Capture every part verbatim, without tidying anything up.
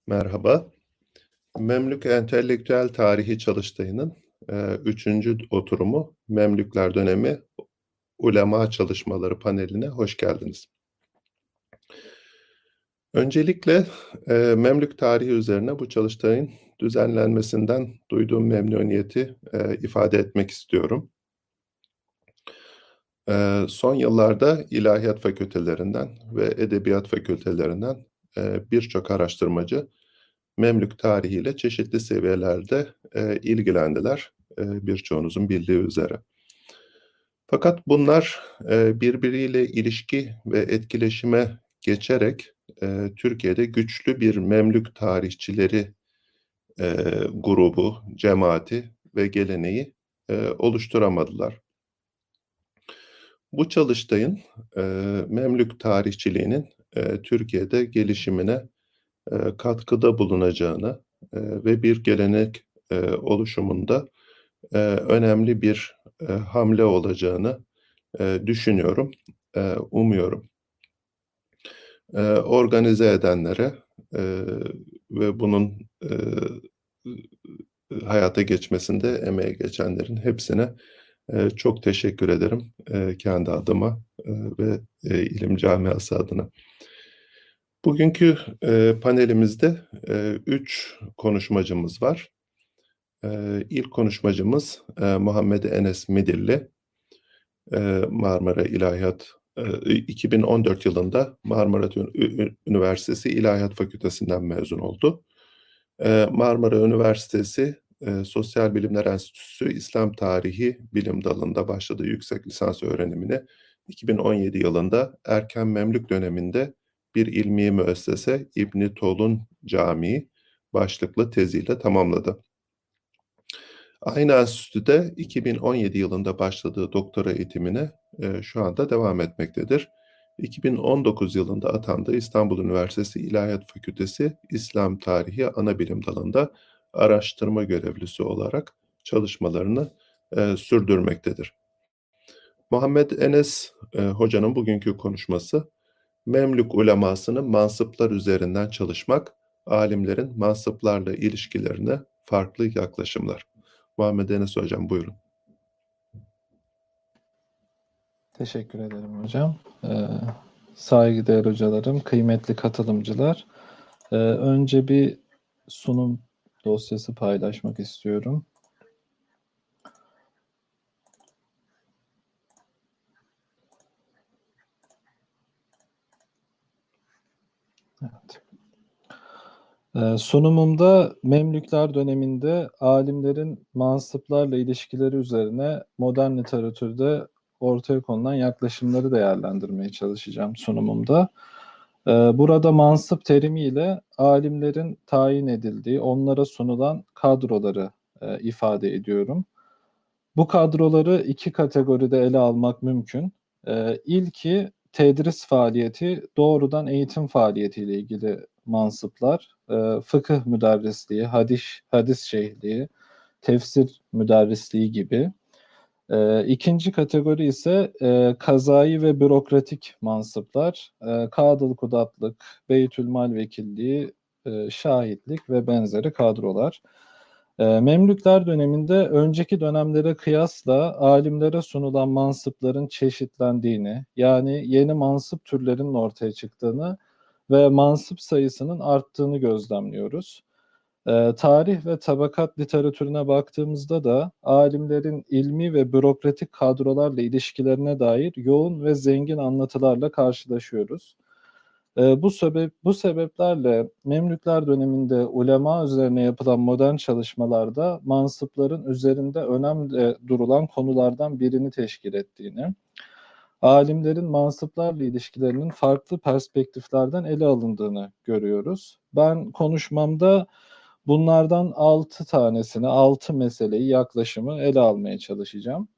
Merhaba. Memlük Entelektüel Tarihi Çalıştayı'nın eee, üçüncü oturumu Memlükler Dönemi Ulema Çalışmaları paneline hoş geldiniz. Öncelikle eee, Memlük tarihi üzerine bu çalıştayın düzenlenmesinden duyduğum memnuniyeti eee, ifade etmek istiyorum. Eee, son yıllarda ilahiyat fakültelerinden ve edebiyat fakültelerinden eee, birçok araştırmacı Memlük tarihiyle çeşitli seviyelerde eee, ilgilendiler, eee, birçoğunuzun bildiği üzere. Fakat bunlar eee, birbiriyle ilişki ve etkileşime geçerek eee, Türkiye'de güçlü bir Memlük tarihçileri eee, grubu, cemaati ve geleneği eee, oluşturamadılar. Bu çalıştayın eee, Memlük tarihçiliğinin eee, Türkiye'de gelişimine eee, katkıda bulunacağını eee, ve bir gelenek eee, oluşumunda eee, önemli bir eee, hamle olacağını eee, düşünüyorum, eee, umuyorum. Eee, organize edenlere eee, ve bunun eee, hayata geçmesinde emeği geçenlerin hepsine eee, çok teşekkür ederim eee, kendi adıma eee, ve eee, ilim camiası adına. Bugünkü eee, panelimizde eee, üç konuşmacımız var. Eee, ilk konuşmacımız eee, Muhammed Enes Midilli, eee, Marmara İlahiyat, eee, iki bin on dört yılında Marmara Ü- Ü- Üniversitesi İlahiyat Fakültesinden mezun oldu. Eee, Marmara Üniversitesi eee, Sosyal Bilimler Enstitüsü İslam Tarihi Bilim Dalı'nda başladığı yüksek lisans öğrenimini iki bin on yedi yılında Erken Memlük döneminde bir ilmi müessese İbni Tolun Camii başlıklı teziyle tamamladı. Aynı enstitüde iki bin on yedi yılında başladığı doktora eğitimine e, şu anda devam etmektedir. iki bin on dokuz yılında atandığı İstanbul Üniversitesi İlahiyat Fakültesi İslam Tarihi Anabilim Dalı'nda araştırma görevlisi olarak çalışmalarını e, sürdürmektedir. Muhammed Enes e, Hoca'nın bugünkü konuşması, Memlük ulemasının mansıplar üzerinden çalışmak, alimlerin mansıplarla ilişkilerine farklı yaklaşımlar. Muhammed Enes Hocam buyurun. Teşekkür ederim hocam. Ee, saygıdeğer hocalarım, kıymetli katılımcılar. Ee, önce bir sunum dosyası paylaşmak istiyorum. Evet. Ee, sunumumda Memlükler döneminde alimlerin mansıplarla ilişkileri üzerine modern literatürde ortaya konulan yaklaşımları değerlendirmeye çalışacağım sunumumda. Ee, burada mansıp terimiyle alimlerin tayin edildiği, onlara sunulan kadroları e, ifade ediyorum. Bu kadroları iki kategoride ele almak mümkün. Ee, ilki tedris faaliyeti, doğrudan eğitim faaliyetiyle ilgili mansıplar, e, fıkıh müderrisliği, hadis, hadis şeyhliği, tefsir müderrisliği gibi. E, ikinci kategori ise e, kazai ve bürokratik mansıplar, e, kadılı kudatlık, beytülmal vekilliği, e, şahitlik ve benzeri kadrolar. E, Memlükler döneminde önceki dönemlere kıyasla alimlere sunulan mansıpların çeşitlendiğini, yani yeni mansıp türlerinin ortaya çıktığını ve mansıp sayısının arttığını gözlemliyoruz. Ee, tarih ve tabakat literatürüne baktığımızda da alimlerin ilmi ve bürokratik kadrolarla ilişkilerine dair yoğun ve zengin anlatılarla karşılaşıyoruz. Ee, bu sebep bu sebeplerle Memlükler döneminde ulema üzerine yapılan modern çalışmalarda mansıpların üzerinde önemli durulan konulardan birini teşkil ettiğini, alimlerin mansıplarla ilişkilerinin farklı perspektiflerden ele alındığını görüyoruz. Ben konuşmamda bunlardan altı tanesini, altı meseleyi, yaklaşımı ele almaya çalışacağım.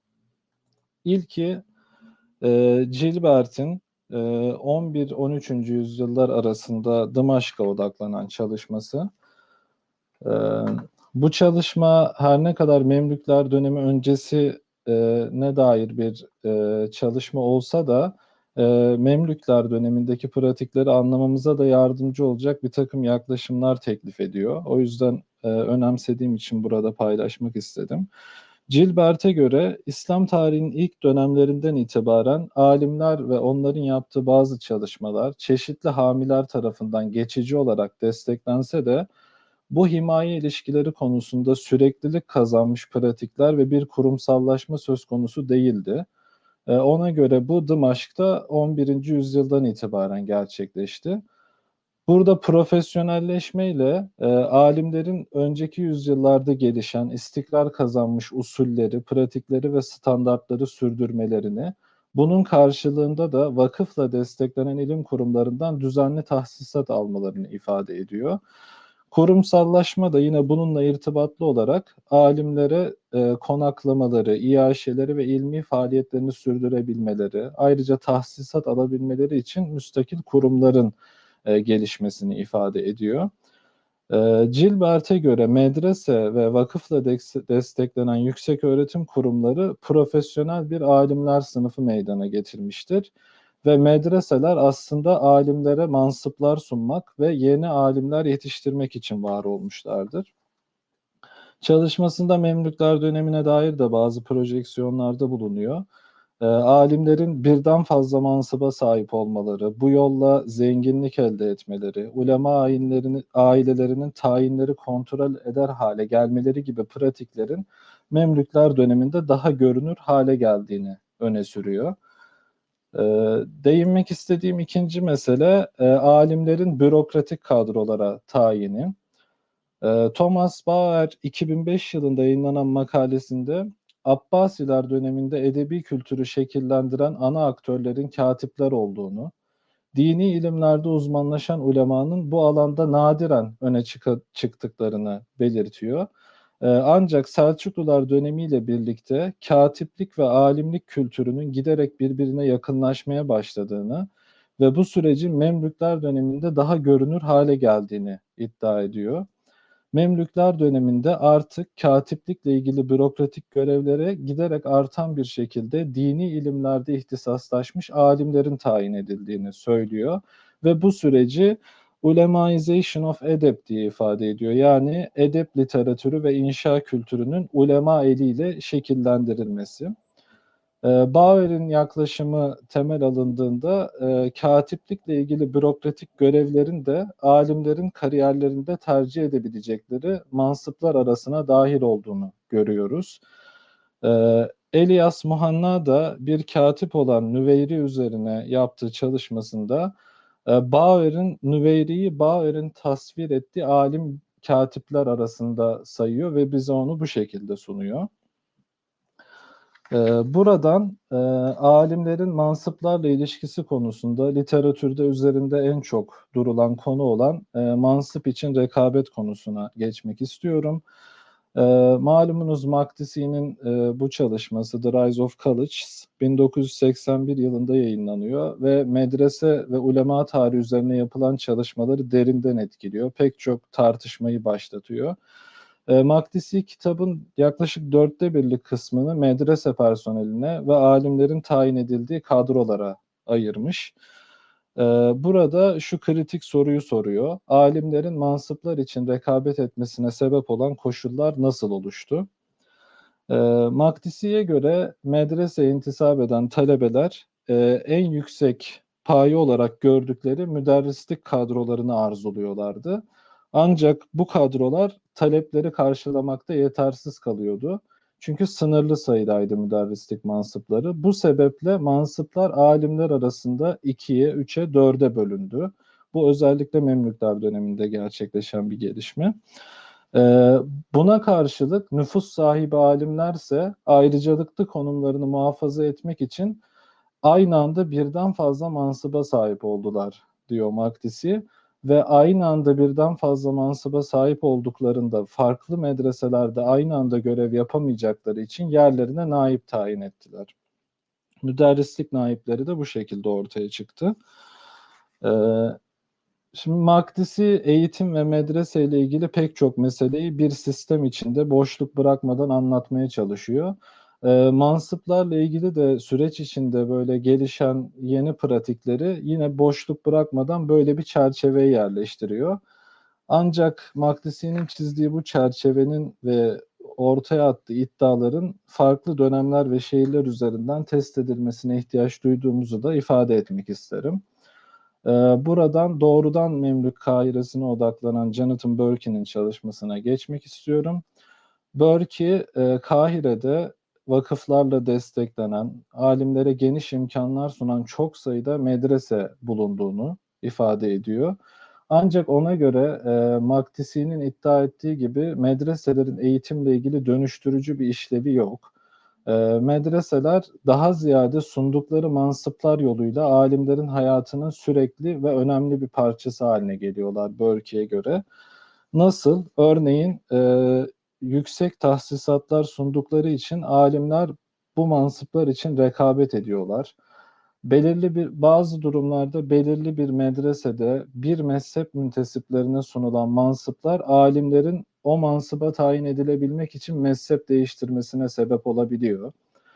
İlki e, Gilbert'in e, on bir on üçüncü yüzyıllar arasında Dımaşk'a odaklanan çalışması. E, bu çalışma her ne kadar Memlükler dönemi öncesi e, ne dair bir e, çalışma olsa da e, Memlükler dönemindeki pratikleri anlamamıza da yardımcı olacak bir takım yaklaşımlar teklif ediyor. O yüzden e, önemsediğim için burada paylaşmak istedim. Gilbert'e göre İslam tarihinin ilk dönemlerinden itibaren alimler ve onların yaptığı bazı çalışmalar çeşitli hamiler tarafından geçici olarak desteklense de bu himaye ilişkileri konusunda süreklilik kazanmış pratikler ve bir kurumsallaşma söz konusu değildi. E, ona göre bu Dımaşk'ta on birinci yüzyıldan itibaren gerçekleşti. Burada profesyonelleşmeyle e, alimlerin önceki yüzyıllarda gelişen, istikrar kazanmış usulleri, pratikleri ve standartları sürdürmelerini, bunun karşılığında da vakıfla desteklenen ilim kurumlarından düzenli tahsisat almalarını ifade ediyor. Kurumsallaşma da yine bununla irtibatlı olarak alimlere e, konaklamaları, iaşeleri ve ilmi faaliyetlerini sürdürebilmeleri, ayrıca tahsisat alabilmeleri için müstakil kurumların e, gelişmesini ifade ediyor. E, Gilbert'e göre medrese ve vakıfla des- desteklenen yüksek öğretim kurumları profesyonel bir alimler sınıfı meydana getirmiştir. Ve medreseler aslında alimlere mansıplar sunmak ve yeni alimler yetiştirmek için var olmuşlardır. Çalışmasında Memlükler dönemine dair de bazı projeksiyonlarda bulunuyor. E, alimlerin birden fazla mansıba sahip olmaları, bu yolla zenginlik elde etmeleri, ulema ayinlerini, ailelerinin tayinleri kontrol eder hale gelmeleri gibi pratiklerin Memlükler döneminde daha görünür hale geldiğini öne sürüyor. E, Değinmek istediğim ikinci mesele e, alimlerin bürokratik kadrolara tayini. Ee, Thomas Bauer iki bin beş yılında yayınlanan makalesinde Abbasiler döneminde edebi kültürü şekillendiren ana aktörlerin katipler olduğunu, dini ilimlerde uzmanlaşan ulemanın bu alanda nadiren öne çık- çıktıklarını belirtiyor. Ee, ancak Selçuklular dönemiyle birlikte katiplik ve alimlik kültürünün giderek birbirine yakınlaşmaya başladığını ve bu sürecin Memlükler döneminde daha görünür hale geldiğini iddia ediyor. Memlükler döneminde artık katiplikle ilgili bürokratik görevlere giderek artan bir şekilde dini ilimlerde ihtisaslaşmış alimlerin tayin edildiğini söylüyor ve bu süreci Ulemaization of Edeb diye ifade ediyor. Yani edep literatürü ve inşa kültürünün ulema eliyle şekillendirilmesi. E, Bauer'in yaklaşımı temel alındığında e, katiplikle ilgili bürokratik görevlerin de alimlerin kariyerlerinde tercih edebilecekleri mansıplar arasına dahil olduğunu görüyoruz. E, Elias Muhanna da bir katip olan Nüveyri üzerine yaptığı çalışmasında e, Bauer'in Nüveyri'yi Bauer'in tasvir ettiği alim katipler arasında sayıyor ve bize onu bu şekilde sunuyor. Ee, Buradan e, alimlerin mansıplarla ilişkisi konusunda literatürde üzerinde en çok durulan konu olan e, mansıp için rekabet konusuna geçmek istiyorum. E, malumunuz Makdisi'nin e, bu çalışması The Rise of Colleges bin dokuz yüz seksen bir yılında yayınlanıyor ve medrese ve ulema tarihi üzerine yapılan çalışmaları derinden etkiliyor. Pek çok tartışmayı başlatıyor. E, Makdisi kitabın yaklaşık dörtte birlik kısmını medrese personeline ve alimlerin tayin edildiği kadrolara ayırmış. E, Burada şu kritik soruyu soruyor. Alimlerin mansıplar için rekabet etmesine sebep olan koşullar nasıl oluştu? E, Makdisi'ye göre medreseye intisap eden talebeler e, en yüksek paye olarak gördükleri müderrislik kadrolarını arzuluyorlardı. Ancak bu kadrolar talepleri karşılamakta yetersiz kalıyordu. Çünkü sınırlı sayıdaydı müderrislik mansıpları. Bu sebeple mansıplar alimler arasında ikiye, üçe, dörde bölündü. Bu özellikle Memlükler döneminde gerçekleşen bir gelişme. Ee, Buna karşılık nüfus sahibi alimlerse ayrıcalıklı konumlarını muhafaza etmek için aynı anda birden fazla mansıba sahip oldular diyor Makdisi ve aynı anda birden fazla mansıba sahip olduklarında farklı medreselerde aynı anda görev yapamayacakları için yerlerine naip tayin ettiler. Müderrislik naipleri de bu şekilde ortaya çıktı. Ee, Şimdi Makdisi eğitim ve medrese ile ilgili pek çok meseleyi bir sistem içinde boşluk bırakmadan anlatmaya çalışıyor. E, mansıplarla ilgili de süreç içinde böyle gelişen yeni pratikleri yine boşluk bırakmadan böyle bir çerçeveye yerleştiriyor. Ancak Makdisi'nin çizdiği bu çerçevenin ve ortaya attığı iddiaların farklı dönemler ve şehirler üzerinden test edilmesine ihtiyaç duyduğumuzu da ifade etmek isterim. Ee, Buradan doğrudan Memlük Kahire'sine odaklanan Jonathan Burke'nin çalışmasına geçmek istiyorum. Burke, e, Kahire'de vakıflarla desteklenen, alimlere geniş imkanlar sunan çok sayıda medrese bulunduğunu ifade ediyor. Ancak ona göre e, Makdisi'nin iddia ettiği gibi medreselerin eğitimle ilgili dönüştürücü bir işlevi yok. E, Medreseler daha ziyade sundukları mansıplar yoluyla alimlerin hayatının sürekli ve önemli bir parçası haline geliyorlar Burke'ye göre. Nasıl? Örneğin e, yüksek tahsisatlar sundukları için alimler bu mansıplar için rekabet ediyorlar. Belirli bir bazı durumlarda belirli bir medresede bir mezhep müntesiplerine sunulan mansıplar alimlerin o mansıba tayin edilebilmek için mezhep değiştirmesine sebep olabiliyor.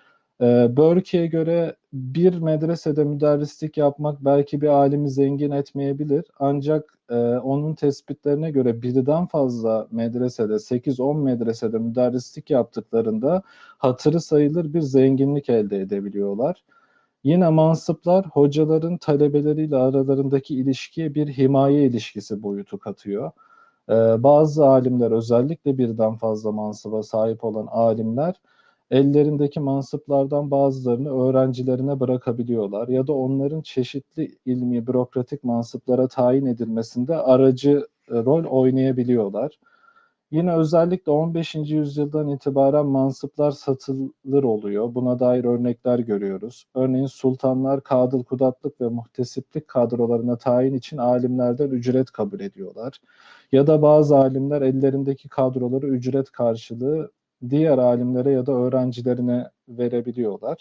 Ee, Burke'ye göre bir medresede müderrislik yapmak belki bir alimi zengin etmeyebilir. Ancak e, onun tespitlerine göre birden fazla medresede, sekiz on medresede müderrislik yaptıklarında hatırı sayılır bir zenginlik elde edebiliyorlar. Yine mansıplar hocaların talebeleriyle aralarındaki ilişkiye bir himaye ilişkisi boyutu katıyor. Ee, bazı alimler, özellikle birden fazla mansıba sahip olan alimler, ellerindeki mansıplardan bazılarını öğrencilerine bırakabiliyorlar ya da onların çeşitli ilmi, bürokratik mansıplara tayin edilmesinde aracı e, rol oynayabiliyorlar. Yine özellikle on beşinci yüzyıldan itibaren mansıplar satılır oluyor. Buna dair örnekler görüyoruz. Örneğin sultanlar kadıl kudatlık ve muhtesiplik kadrolarına tayin için alimlerden ücret kabul ediyorlar. Ya da bazı alimler ellerindeki kadroları ücret karşılığı diğer alimlere ya da öğrencilerine verebiliyorlar.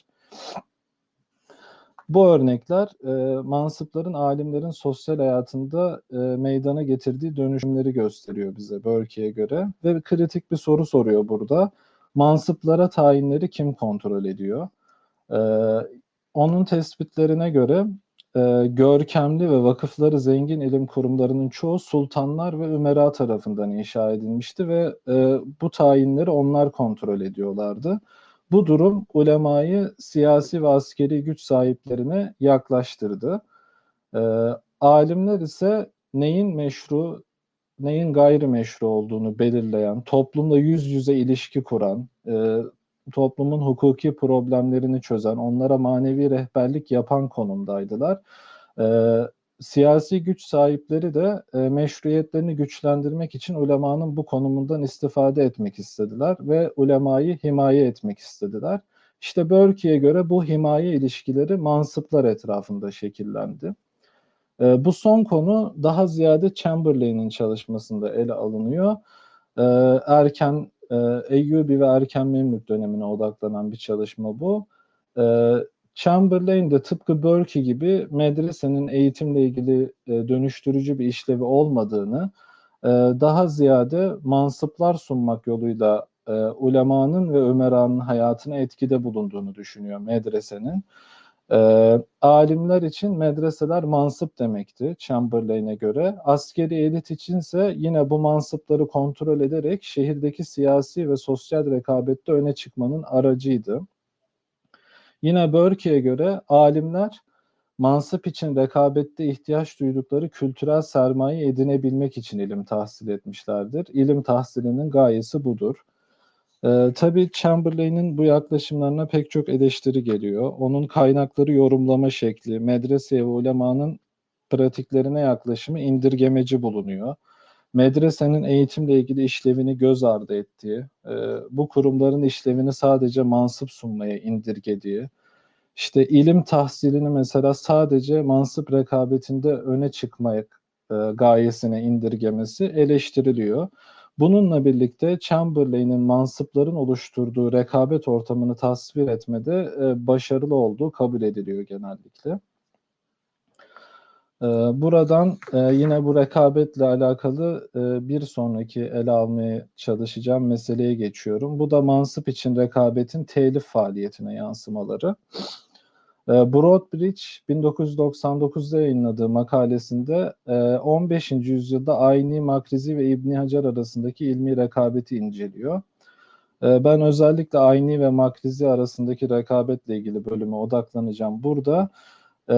Bu örnekler e, mansıpların alimlerin sosyal hayatında e, meydana getirdiği dönüşümleri gösteriyor bize Burke'ye göre. Ve kritik bir soru soruyor burada. Mansıplara tayinleri kim kontrol ediyor? E, Onun tespitlerine göre e, görkemli ve vakıfları zengin ilim kurumlarının çoğu sultanlar ve ümera tarafından inşa edilmişti ve e, bu tayinleri onlar kontrol ediyorlardı. Bu durum ulemayı siyasi ve askeri güç sahiplerine yaklaştırdı. E, Alimler ise neyin meşru, neyin gayrimeşru olduğunu belirleyen, toplumla yüz yüze ilişki kuran, e, toplumun hukuki problemlerini çözen, onlara manevi rehberlik yapan konumdaydılar. E, Siyasi güç sahipleri de e, meşruiyetlerini güçlendirmek için ulemanın bu konumundan istifade etmek istediler ve ulemayı himaye etmek istediler. İşte Burke'ye göre bu himaye ilişkileri mansıplar etrafında şekillendi. E, bu son konu daha ziyade Chamberlain'in çalışmasında ele alınıyor. E, erken e, Eyyubi ve erken Memlük dönemine odaklanan bir çalışma bu. E, Chamberlain de tıpkı Burke gibi medresenin eğitimle ilgili e, dönüştürücü bir işlevi olmadığını, e, daha ziyade mansıplar sunmak yoluyla e, ulemanın ve ömeranın hayatına etkide bulunduğunu düşünüyor medresenin. E, alimler için medreseler mansıp demekti Chamberlain'e göre. Askeri elit içinse yine bu mansıpları kontrol ederek şehirdeki siyasi ve sosyal rekabette öne çıkmanın aracıydı. Yine Burke'ye göre alimler mansıp için rekabette ihtiyaç duydukları kültürel sermaye edinebilmek için ilim tahsil etmişlerdir. İlim tahsilinin gayesi budur. Ee, tabii Chamberlain'in bu yaklaşımlarına pek çok eleştiri geliyor. Onun kaynakları yorumlama şekli, medrese ve ulemanın pratiklerine yaklaşımı indirgemeci bulunuyor. Medresenin eğitimle ilgili işlevini göz ardı ettiği, e, bu kurumların işlevini sadece mansıp sunmaya indirgediği, işte ilim tahsilini mesela sadece mansıp rekabetinde öne çıkmak e, gayesine indirgemesi eleştiriliyor. Bununla birlikte Chamberlain'in mansıpların oluşturduğu rekabet ortamını tasvir etmede e, başarılı olduğu kabul ediliyor genellikle. Ee, Buradan e, yine bu rekabetle alakalı e, bir sonraki ele almaya çalışacağım meseleye geçiyorum. Bu da mansıp için rekabetin telif faaliyetine yansımaları. E, Broadbridge bin dokuz yüz doksan dokuzda yayınladığı makalesinde e, on beşinci yüzyılda Ayni, Makrizi ve İbni Hacer arasındaki ilmi rekabeti inceliyor. E, Ben özellikle Ayni ve Makrizi arasındaki rekabetle ilgili bölüme odaklanacağım burada. E,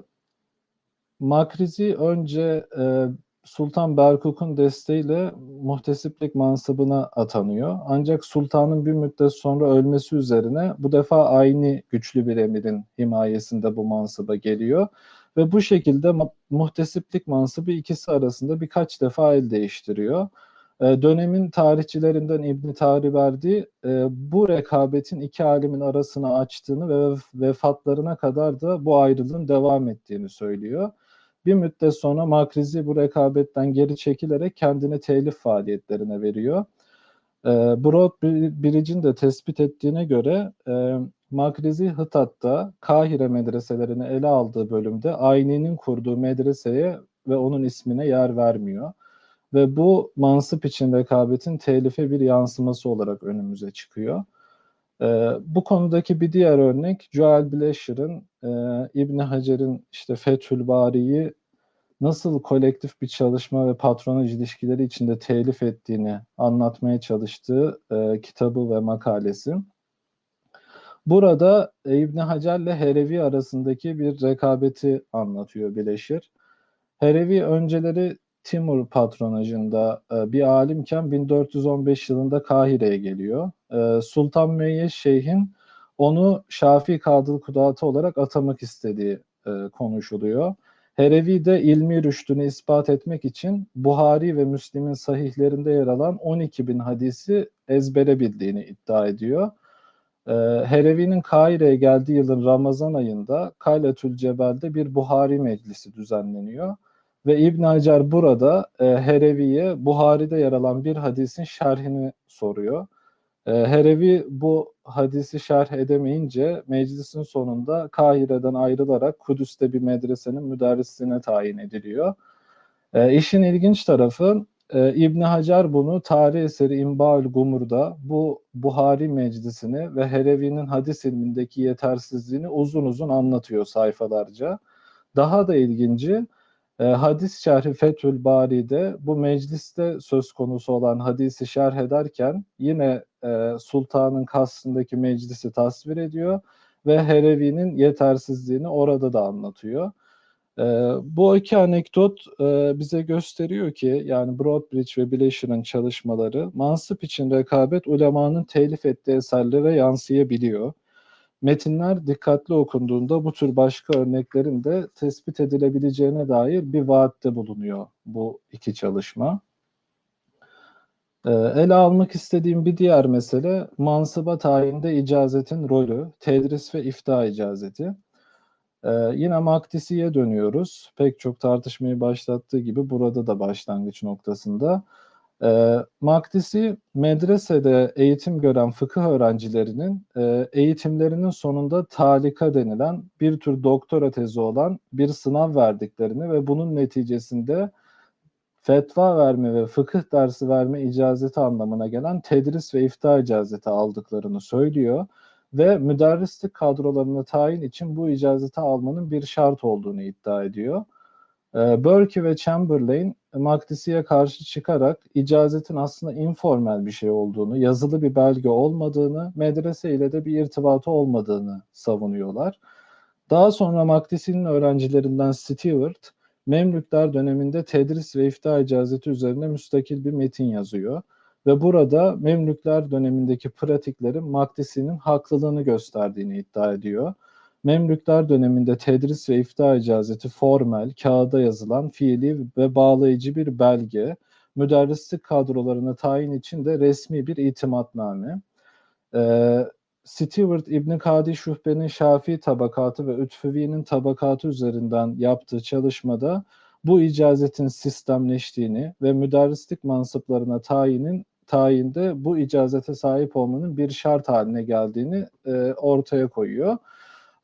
Makrizi önce e, Sultan Berkuk'un desteğiyle muhtesiplik mansıbına atanıyor. Ancak sultanın bir müddet sonra ölmesi üzerine bu defa aynı güçlü bir emirin himayesinde bu mansıba geliyor. Ve bu şekilde ma- muhtesiplik mansıbı ikisi arasında birkaç defa el değiştiriyor. E, dönemin tarihçilerinden İbn Tariberdi e, bu rekabetin iki alimin arasını açtığını ve vefatlarına kadar da bu ayrılığın devam ettiğini söylüyor. Bir müddet sonra Makrizi bu rekabetten geri çekilerek kendini telif faaliyetlerine veriyor. E, Broadbridge'in de tespit ettiğine göre e, Makrizi Hıtat'ta Kahire medreselerini ele aldığı bölümde Ayni'nin kurduğu medreseye ve onun ismine yer vermiyor. Ve bu mansıp için rekabetin telife bir yansıması olarak önümüze çıkıyor. Ee, bu konudaki bir diğer örnek Joel Blasher'ın e, İbn Hacer'in işte Fethül Bari'yi nasıl kolektif bir çalışma ve patronaj ilişkileri içinde telif ettiğini anlatmaya çalıştığı e, kitabı ve makalesi. Burada e, İbn Hacer'le Herevi arasındaki bir rekabeti anlatıyor Blasher. Herevi önceleri Timur patronajında e, bir alimken bin dört yüz on beş yılında Kahire'ye geliyor. E, Sultan Meyyeş Şeyh'in onu Şafii Kadı Kudatı olarak atamak istediği e, konuşuluyor. Herevi de ilmi rüştünü ispat etmek için Buhari ve Müslim'in sahihlerinde yer alan on iki bin hadisi ezbere bildiğini iddia ediyor. Ee, Herevi'nin Kahire'ye geldiği yılın Ramazan ayında Kayletül Cebel'de bir Buhari meclisi düzenleniyor. Ve İbn Hacer burada e, Herevi'ye Buhari'de yer alan bir hadisin şerhini soruyor. E, Herevi bu hadisi şerh edemeyince meclisin sonunda Kahire'den ayrılarak Kudüs'te bir medresenin müderrisine tayin ediliyor. E, işin ilginç tarafı e, İbn Hacer bunu tarih eseri İnba'ül Gumur'da bu Buhari meclisini ve Herevi'nin hadis ilmindeki yetersizliğini uzun uzun anlatıyor sayfalarca. Daha da ilginci e, hadis şerhi Fethül Bari'de bu mecliste söz konusu olan hadisi şerh ederken yine e, sultanın kasrındaki meclisi tasvir ediyor ve Herevi'nin yetersizliğini orada da anlatıyor. Ee, bu iki anekdot e, bize gösteriyor ki yani Broadbridge ve Blasher'ın çalışmaları mansıp için rekabet ulemanın telif ettiği eserlere yansıyabiliyor. Metinler dikkatli okunduğunda bu tür başka örneklerin de tespit edilebileceğine dair bir vaatte bulunuyor bu iki çalışma. Ee, ele almak istediğim bir diğer mesele mansıba tayinde icazetin rolü, tedris ve ifta icazeti. Ee, yine Makdisi'ye dönüyoruz. Pek çok tartışmayı başlattığı gibi burada da başlangıç noktasında. Ee, Makdisi medresede eğitim gören fıkıh öğrencilerinin e, eğitimlerinin sonunda talika denilen bir tür doktora tezi olan bir sınav verdiklerini ve bunun neticesinde fetva verme ve fıkıh dersi verme icazeti anlamına gelen tedris ve ifta icazeti aldıklarını söylüyor ve müderrislik kadrolarına tayin için bu icazeti almanın bir şart olduğunu iddia ediyor. Ee, Berkey ve Chamberlain Makdisi'ye karşı çıkarak icazetin aslında informal bir şey olduğunu, yazılı bir belge olmadığını, medrese ile de bir irtibatı olmadığını savunuyorlar. Daha sonra Makdisi'nin öğrencilerinden Stewart, Memlükler döneminde tedris ve ifta icazeti üzerine müstakil bir metin yazıyor. Ve burada Memlükler dönemindeki pratiklerin Makdisi'nin haklılığını gösterdiğini iddia ediyor. Memlükler döneminde tedris ve ifta icazeti formel, kağıda yazılan, fiili ve bağlayıcı bir belge, müderrislik kadrolarına tayin için de resmi bir itimatname. Ee, Stewart İbn Kadi Şuhbe'nin Şafii tabakatı ve Ütfüvi'nin tabakatı üzerinden yaptığı çalışmada bu icazetin sistemleştiğini ve müderrislik mansıplarına tayinin tayinde bu icazete sahip olmanın bir şart haline geldiğini e, ortaya koyuyor.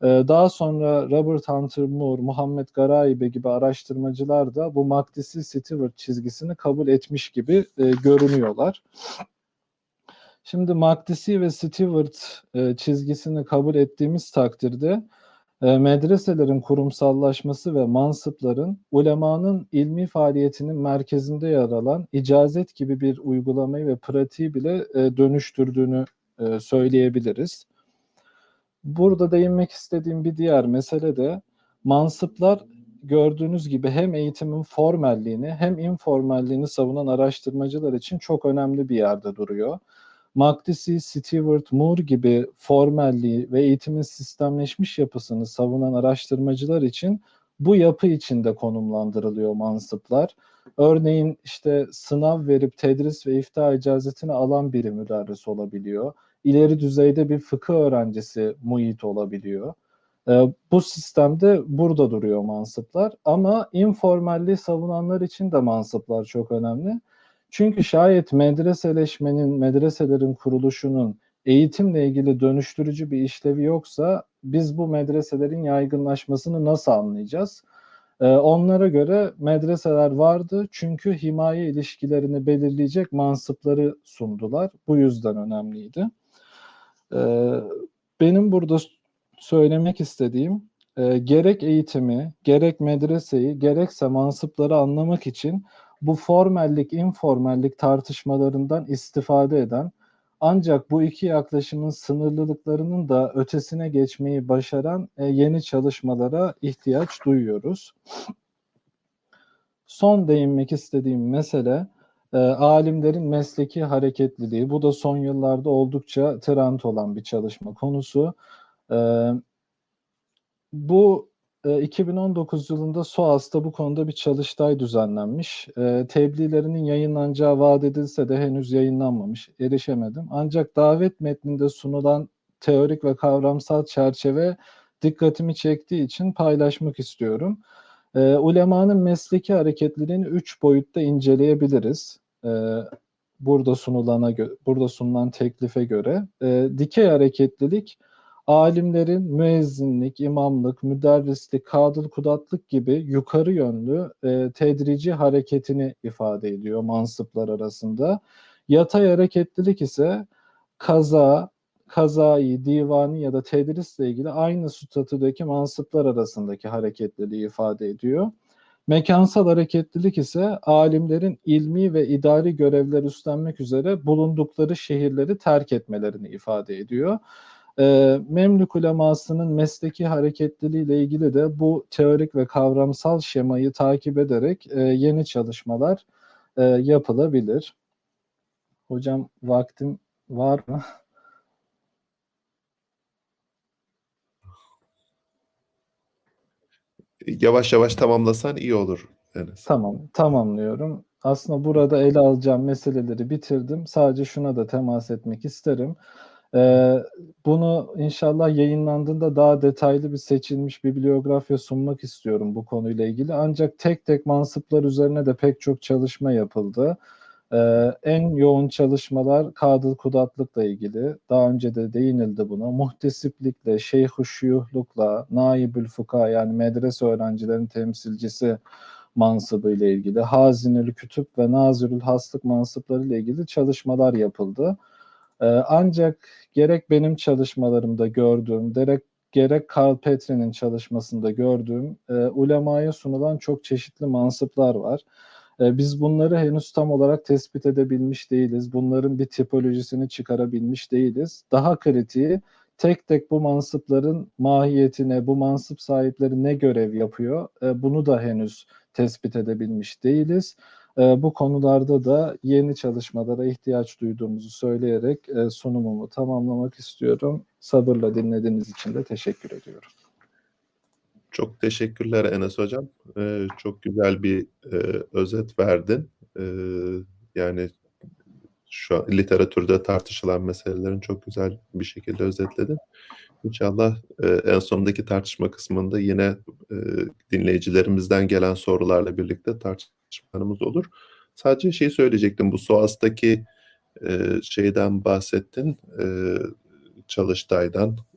Daha sonra Robert Hunter Moore, Muhammed Garaibe gibi araştırmacılar da bu McDesy-Stewart çizgisini kabul etmiş gibi görünüyorlar. Şimdi McDesy ve Stewart çizgisini kabul ettiğimiz takdirde medreselerin kurumsallaşması ve mansıpların ulemanın ilmi faaliyetinin merkezinde yer alan icazet gibi bir uygulamayı ve pratiği bile dönüştürdüğünü söyleyebiliriz. Burada değinmek istediğim bir diğer mesele de mansıplar gördüğünüz gibi hem eğitimin formalliğini hem informalliğini savunan araştırmacılar için çok önemli bir yerde duruyor. McDesy, Stewart, Moore gibi formalliği ve eğitimin sistemleşmiş yapısını savunan araştırmacılar için bu yapı içinde konumlandırılıyor mansıplar. Örneğin işte sınav verip tedris ve ifta icazetini alan biri müderris olabiliyor. İleri düzeyde bir fıkıh öğrencisi muhit olabiliyor. E, bu sistemde burada duruyor mansıplar. Ama informalliği savunanlar için de mansıplar çok önemli. Çünkü şayet medreseleşmenin, medreselerin kuruluşunun eğitimle ilgili dönüştürücü bir işlevi yoksa biz bu medreselerin yaygınlaşmasını nasıl anlayacağız? Ee, onlara göre medreseler vardı çünkü himaye ilişkilerini belirleyecek mansıpları sundular. Bu yüzden önemliydi. Ee, benim burada söylemek istediğim e, gerek eğitimi, gerek medreseyi, gerekse mansıpları anlamak için bu formellik, informallik tartışmalarından istifade eden ancak bu iki yaklaşımın sınırlılıklarının da ötesine geçmeyi başaran e, yeni çalışmalara ihtiyaç duyuyoruz. Son değinmek istediğim mesele e, alimlerin mesleki hareketliliği. Bu da son yıllarda oldukça trend olan bir çalışma konusu. E, bu e, iki bin on dokuz yılında SOAS'ta bu konuda bir çalıştay düzenlenmiş. E, tebliğlerinin yayınlanacağı vaat edilse de henüz yayınlanmamış, erişemedim. Ancak davet metninde sunulan teorik ve kavramsal çerçeve dikkatimi çektiği için paylaşmak istiyorum. E, ulemanın mesleki hareketliliğini üç boyutta inceleyebiliriz. E, burada sunulana gö- burada sunulan teklife göre e, dikey hareketlilik alimlerin müezzinlik, imamlık, müderrislik, kadıl kudatlık gibi yukarı yönlü e, tedrici hareketini ifade ediyor mansıplar arasında. Yatay hareketlilik ise kaza, kazai, divani ya da tedrisle ilgili aynı statüdeki mansıplar arasındaki hareketliliği ifade ediyor. Mekansal hareketlilik ise alimlerin ilmi ve idari görevler üstlenmek üzere bulundukları şehirleri terk etmelerini ifade ediyor. E, Memlük ulemasının mesleki hareketliliği ile ilgili de bu teorik ve kavramsal şemayı takip ederek e, yeni çalışmalar e, yapılabilir. Hocam vaktim var mı? Yavaş yavaş tamamlasan iyi olur Enes. Tamam, tamamlıyorum. Aslında burada ele alacağım meseleleri bitirdim. Sadece şuna da temas etmek isterim. Ee, bunu inşallah yayınlandığında daha detaylı bir seçilmiş bibliografya sunmak istiyorum bu konuyla ilgili. Ancak tek tek mansıplar üzerine de pek çok çalışma yapıldı. Ee, en yoğun çalışmalar Kadıl Kudatlık'la ilgili. Daha önce de değinildi buna. Muhtesiplikle, Şeyh-i Şuyuhluk'la, Naibül Fuka yani medrese öğrencilerin temsilcisi mansıbı ile ilgili, Hazinül Kütüp ve Nazirül Haslık mansıpları ile ilgili çalışmalar yapıldı. Ee, ancak gerek benim çalışmalarımda gördüğüm, gerek, gerek Karl Petre'nin çalışmasında gördüğüm e, ulemaya sunulan çok çeşitli mansıplar var. E, biz bunları henüz tam olarak tespit edebilmiş değiliz. Bunların bir tipolojisini çıkarabilmiş değiliz. Daha kritiği tek tek bu mansıpların mahiyetine, bu mansıp sahipleri ne görev yapıyor, e, bunu da henüz tespit edebilmiş değiliz. E, bu konularda da yeni çalışmalara ihtiyaç duyduğumuzu söyleyerek e, sunumumu tamamlamak istiyorum. Sabırla dinlediğiniz için de teşekkür ediyorum. Çok teşekkürler Enes Hocam. Ee, çok güzel bir e, özet verdin. Ee, yani şu an literatürde tartışılan meselelerin çok güzel bir şekilde özetledin. İnşallah e, en sondaki tartışma kısmında yine e, dinleyicilerimizden gelen sorularla birlikte tartışmalarımız olur. Sadece şey söyleyecektim, bu SOAS'taki e, şeyden bahsettin, e, çalıştaydan.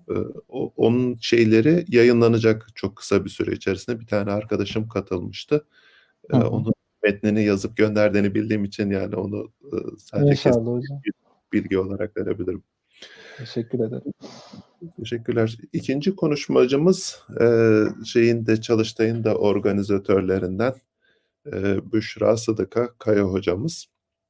E, o, onun şeyleri yayınlanacak çok kısa bir süre içerisinde. Bir tane arkadaşım katılmıştı. E, Hı hı. onun metnini yazıp gönderdiğini bildiğim için yani onu e, sadece kesin İnşallah hocam. bir bilgi olarak verebilirim. Teşekkür ederim. Teşekkürler. İkinci konuşmacımız e, şeyin de Çalıştay'ın da organizatörlerinden e, Büşra Sıdıka Kaya hocamız.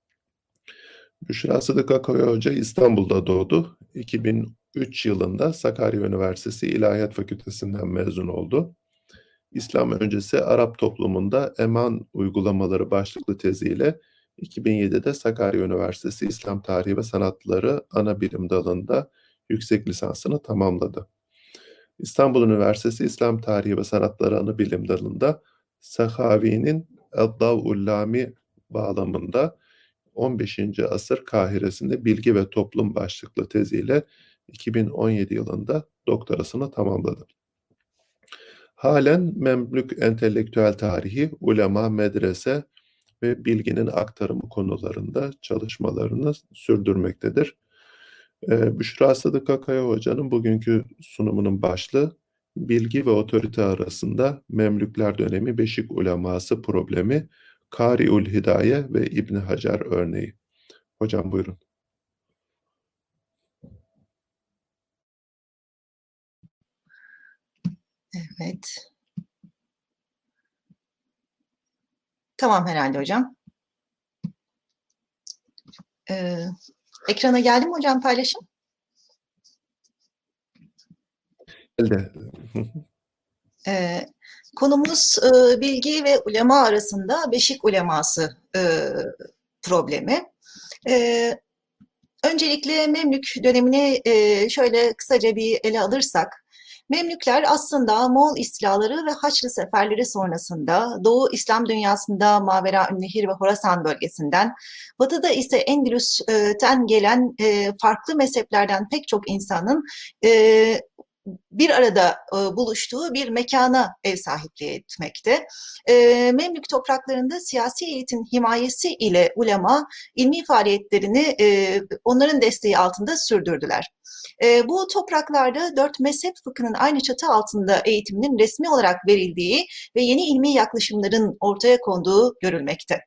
Büşra Sıdıka Kaya Hoca İstanbul'da doğdu. iki bin üç yılında Sakarya Üniversitesi İlahiyat Fakültesinden mezun oldu. İslam öncesi Arap toplumunda eman uygulamaları başlıklı teziyle iki bin yedide Sakarya Üniversitesi İslam Tarihi ve Sanatları Anabilim Dalı'nda yüksek lisansını tamamladı. İstanbul Üniversitesi İslam Tarihi ve Sanatları Anabilim Dalı'nda Sahavi'nin Eddav'ul-Lami bağlamında on beşinci asır Kahire'sinde bilgi ve toplum başlıklı teziyle iki bin on yedi yılında doktorasını tamamladı. Halen Memlük entelektüel tarihi, ulema, medrese ve bilginin aktarımı konularında çalışmalarını sürdürmektedir. Ee, Büşra Sıdıka Kaya Hoca'nın bugünkü sunumunun başlığı bilgi ve otorite arasında Memlükler dönemi Beşik uleması problemi, Kariül Hidaye ve İbn Hacer örneği. Hocam buyurun. Evet. Tamam herhalde hocam. Ee, ekrana geldi mi hocam paylaşım? Elde. Ee, konumuz e, bilgi ve ulema arasında Beşik uleması e, problemi. E, öncelikle Memlük dönemini e, şöyle kısaca bir ele alırsak, Memlükler aslında Moğol istilaları ve Haçlı seferleri sonrasında Doğu İslam dünyasında Maveraünnehir ve Horasan bölgesinden, batıda ise Endülüs'ten gelen e, farklı mezheplerden pek çok insanın e, bir arada e, buluştuğu bir mekana ev sahipliği etmekte. E, Memlük topraklarında siyasi elitin himayesi ile ulema ilmi faaliyetlerini e, onların desteği altında sürdürdüler. E, bu topraklarda dört mezhep fıkhının aynı çatı altında eğitiminin resmi olarak verildiği ve yeni ilmi yaklaşımların ortaya konduğu görülmekte.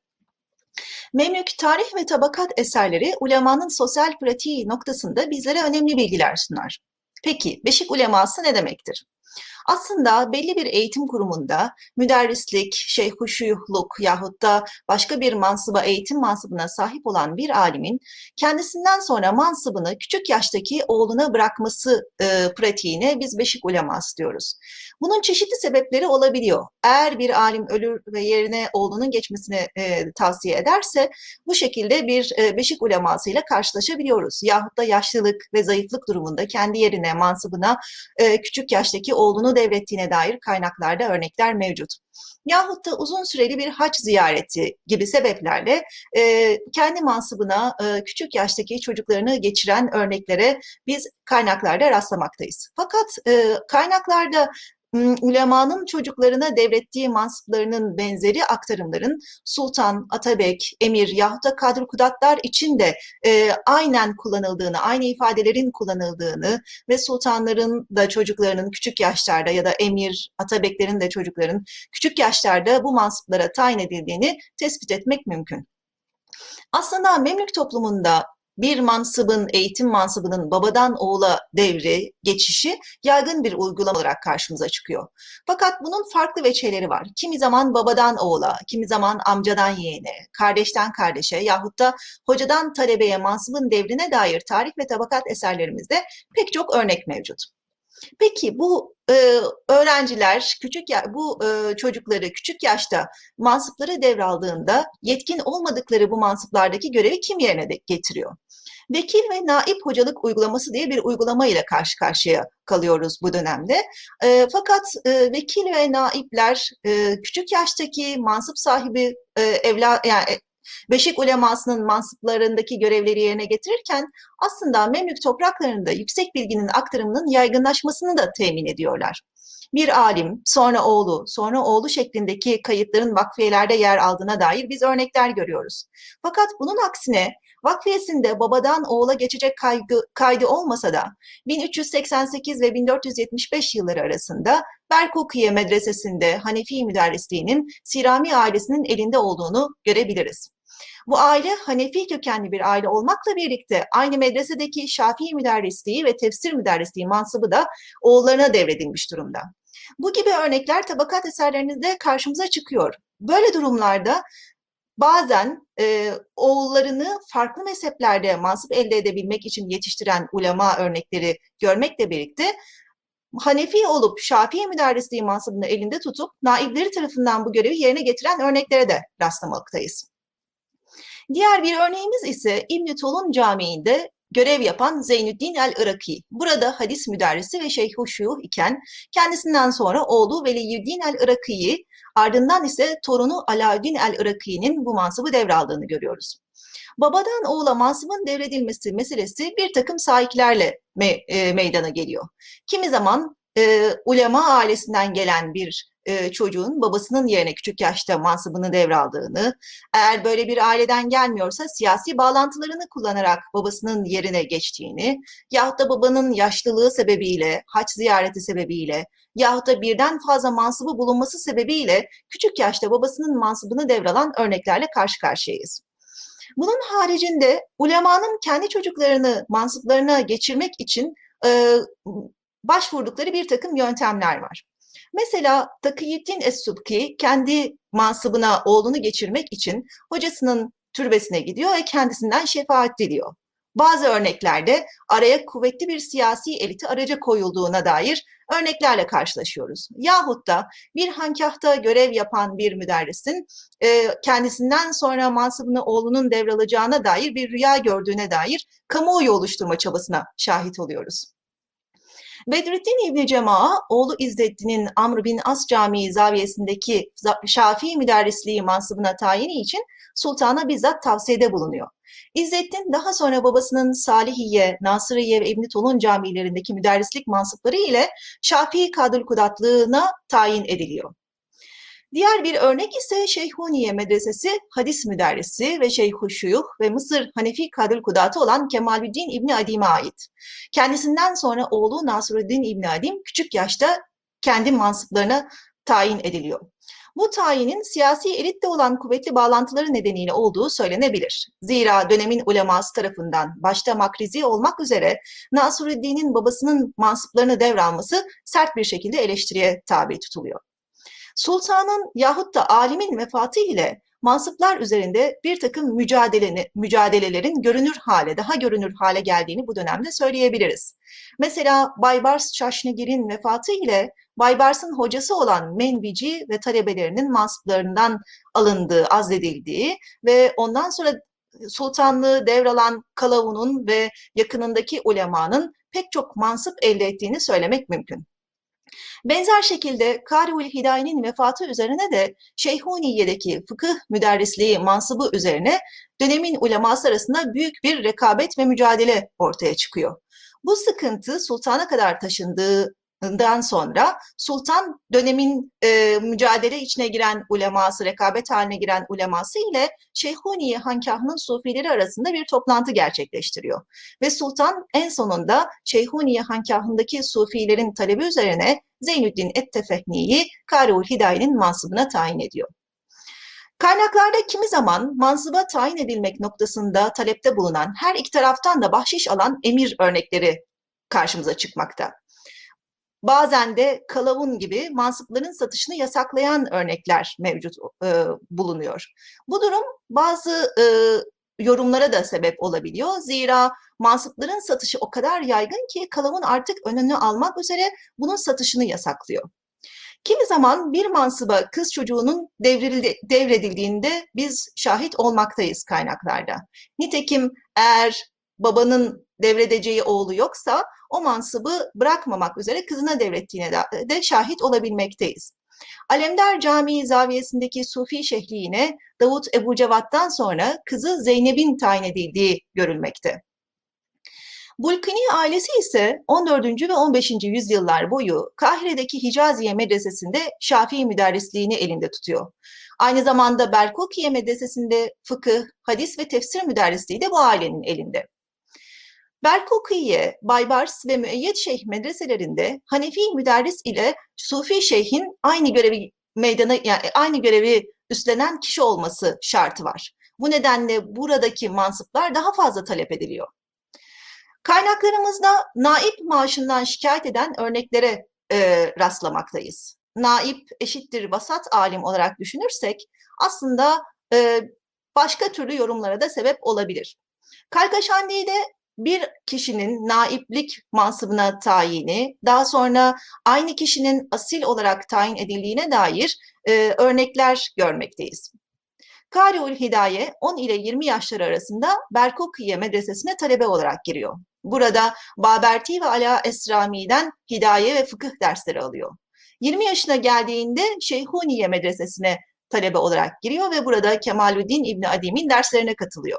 Memlük tarih ve tabakat eserleri ulemanın sosyal pratiği noktasında bizlere önemli bilgiler sunar. Peki Beşik uleması ne demektir? Aslında belli bir eğitim kurumunda müderrislik, şeyhuşuyuhluk yahut da başka bir mansıba, eğitim mansıbına sahip olan bir alimin kendisinden sonra mansıbını küçük yaştaki oğluna bırakması e, pratiğine biz beşik uleması diyoruz. Bunun çeşitli sebepleri olabiliyor. Eğer bir alim ölür ve yerine oğlunun geçmesini e, tavsiye ederse bu şekilde bir e, beşik ulemasıyla karşılaşabiliyoruz. Yahut da yaşlılık ve zayıflık durumunda kendi yerine, mansıbına e, küçük yaştaki oğlunu devrettiğine dair kaynaklarda örnekler mevcut. Yahut da uzun süreli bir hac ziyareti gibi sebeplerle e, kendi mansıbına e, küçük yaştaki çocuklarını geçiren örneklere biz kaynaklarda rastlamaktayız. Fakat e, kaynaklarda ulemanın çocuklarına devrettiği mansıplarının benzeri aktarımların sultan, atabek, emir yahut da kadr kudatlar için de e, aynen kullanıldığını, aynı ifadelerin kullanıldığını ve sultanların da çocuklarının küçük yaşlarda ya da emir, atabeklerin de çocukların küçük yaşlarda bu mansıplara tayin edildiğini tespit etmek mümkün. Aslında Memlük toplumunda bir mansıbın, eğitim mansıbının babadan oğula devri, geçişi yaygın bir uygulama olarak karşımıza çıkıyor. Fakat bunun farklı veçeleri var. Kimi zaman babadan oğula, kimi zaman amcadan yeğene, kardeşten kardeşe yahut da hocadan talebeye mansıbın devrine dair tarih ve tabakat eserlerimizde pek çok örnek mevcut. Peki bu e, öğrenciler, küçük ya, bu e, çocukları küçük yaşta mansıpları devraldığında yetkin olmadıkları bu mansıplardaki görevi kim yerine de getiriyor? Vekil ve naip hocalık uygulaması diye bir uygulama ile karşı karşıya kalıyoruz bu dönemde. E, fakat e, vekil ve naipler e, küçük yaştaki mansıp sahibi e, evla yani Beşik ulemasının mansıplarındaki görevleri yerine getirirken aslında Memlük topraklarında yüksek bilginin aktarımının yaygınlaşmasını da temin ediyorlar. Bir alim, sonra oğlu, sonra oğlu şeklindeki kayıtların vakfiyelerde yer aldığına dair biz örnekler görüyoruz. Fakat bunun aksine Vakfiyesinde babadan oğula geçecek kaygı, kaydı olmasa da bin üç yüz seksen sekiz ve bin dört yüz yetmiş beş yılları arasında Berkukiye Medresesi'nde Hanefi müderrisliğinin Sirami ailesinin elinde olduğunu görebiliriz. Bu aile Hanefi kökenli bir aile olmakla birlikte aynı medresedeki Şafii müderrisliği ve tefsir müderrisliği mansıbı da oğullarına devredilmiş durumda. Bu gibi örnekler tabakat eserlerinde karşımıza çıkıyor. Böyle durumlarda bazen e, oğullarını farklı mezheplerde mansıp elde edebilmek için yetiştiren ulema örnekleri görmekle birlikte Hanefi olup Şafii müderrisliği mansıbını elinde tutup naibleri tarafından bu görevi yerine getiren örneklere de rastlamaktayız. Diğer bir örneğimiz ise İbn-i Tolun Camii'nde görev yapan Zeynüddin el-Iraki. Burada hadis müderrisi ve şeyh-i şuyuh iken kendisinden sonra oğlu Veliyüddin el-Iraki'yi, ardından ise torunu Alaüddin el-Iraki'nin bu mansıbı devraldığını görüyoruz. Babadan oğula mansıbın devredilmesi meselesi bir takım sahiplerle me e, meydana geliyor. Kimi zaman e, ulema ailesinden gelen bir e, çocuğun babasının yerine küçük yaşta mansıbını devraldığını, eğer böyle bir aileden gelmiyorsa siyasi bağlantılarını kullanarak babasının yerine geçtiğini, yahut da babanın yaşlılığı sebebiyle, hac ziyareti sebebiyle, yahut da birden fazla mansıbı bulunması sebebiyle küçük yaşta babasının mansıbını devralan örneklerle karşı karşıyayız. Bunun haricinde ulemanın kendi çocuklarını mansıplarına geçirmek için e, başvurdukları bir takım yöntemler var. Mesela Takiyüddin Es-Subki kendi mansıbına oğlunu geçirmek için hocasının türbesine gidiyor ve kendisinden şefaat diliyor. Bazı örneklerde araya kuvvetli bir siyasi eliti araca koyulduğuna dair örneklerle karşılaşıyoruz. Yahut da bir hankâhta görev yapan bir müderrisin e, kendisinden sonra mansıbını oğlunun devralacağına dair bir rüya gördüğüne dair kamuoyu oluşturma çabasına şahit oluyoruz. Bedrettin İbni Cema'a oğlu İzzettin'in Amr bin As Camii zaviyesindeki Şafii müderrisliği mansıbına tayini için sultana bizzat tavsiyede bulunuyor. İzzettin daha sonra babasının Salihiye, Nasıriye ve İbn-i Tolun camilerindeki müderrislik mansıpları ile Şafii Kadülkudatlığına tayin ediliyor. Diğer bir örnek ise Şeyhuniye Medresesi hadis müderrisi ve şeyh-i şuyuh ve Mısır Hanefi Kadülkudatı olan Kemalüddin İbni Adim'e ait. Kendisinden sonra oğlu Nasruddin İbni Adim küçük yaşta kendi mansıplarına tayin ediliyor. Bu tayinin siyasi elitle olan kuvvetli bağlantıları nedeniyle olduğu söylenebilir. Zira dönemin uleması tarafından başta Makrizi olmak üzere Nasruddin'in babasının mansıplarını devralması sert bir şekilde eleştiriye tabi tutuluyor. Sultanın yahut da alimin vefatı ile mansıplar üzerinde bir takım mücadelelerin görünür hale, daha görünür hale geldiğini bu dönemde söyleyebiliriz. Mesela Baybars Şaşnigir'in vefatı ile Baybars'ın hocası olan Menvici ve talebelerinin mansıplarından alındığı, azledildiği ve ondan sonra sultanlığı devralan Kalavun'un ve yakınındaki ulemanın pek çok mansıp elde ettiğini söylemek mümkün. Benzer şekilde Kâri'ül Hidayi'nin vefatı üzerine de Şeyhuniye'deki fıkıh müderrisliği mansıbı üzerine dönemin uleması arasında büyük bir rekabet ve mücadele ortaya çıkıyor. Bu sıkıntı sultana kadar taşındığından sonra sultan dönemin e, mücadele içine giren uleması, rekabet haline giren uleması ile Şeyhuniye hankâhının sufileri arasında bir toplantı gerçekleştiriyor. Ve sultan en sonunda Şeyhuniye hankâhındaki sufilerin talebi üzerine Zeynüddin et-Tefehni'yi Kâri'ül Hidayi'nin mansıbına tayin ediyor. Kaynaklarda kimi zaman mansıba tayin edilmek noktasında talepte bulunan her iki taraftan da bahşiş alan emir örnekleri karşımıza çıkmakta. Bazen de Kalavun gibi mansıpların satışını yasaklayan örnekler mevcut e, bulunuyor. Bu durum bazı e, yorumlara da sebep olabiliyor. Zira mansıpların satışı o kadar yaygın ki Kalavun artık önünü almak üzere bunun satışını yasaklıyor. Kimi zaman bir mansıba kız çocuğunun devredildiğinde biz şahit olmaktayız kaynaklarda. Nitekim eğer babanın devredeceği oğlu yoksa o mansıbı bırakmamak üzere kızına devrettiğine de şahit olabilmekteyiz. Alemdar Camii zaviyesindeki Sufi şehliğine Davut Ebu Cevat'tan sonra kızı Zeynep'in tayin edildiği görülmekte. Bulkini ailesi ise on dördüncü ve on beşinci yüzyıllar boyu Kahire'deki Hicaziye Medresesi'nde Şafii müderrisliğini elinde tutuyor. Aynı zamanda Berkokiye Medresesi'nde fıkıh, hadis ve tefsir müderrisliği de bu ailenin elinde. Berkokiye, Baybars ve Müeyyed Şeyh medreselerinde Hanefi müderris ile Sufi şeyhin aynı görevi meydana yani aynı görevi üstlenen kişi olması şartı var. Bu nedenle buradaki mansıplar daha fazla talep ediliyor. Kaynaklarımızda naip maaşından şikayet eden örneklere e, rastlamaktayız. Naip eşittir vasat alim olarak düşünürsek aslında e, başka türlü yorumlara da sebep olabilir. Kalkaşandi'de bir kişinin naiplik mansıbına tayini, daha sonra aynı kişinin asil olarak tayin edildiğine dair e, örnekler görmekteyiz. Kariul Hidaye on ile yirmi yaşları arasında Berkokiye Medresesi'ne talebe olarak giriyor. Burada Baberti ve Ala Esrami'den hidaye ve fıkıh dersleri alıyor. yirmi yaşına geldiğinde Şeyhuniye Medresesi'ne talebe olarak giriyor ve burada Kemalüddin İbni Adim'in derslerine katılıyor.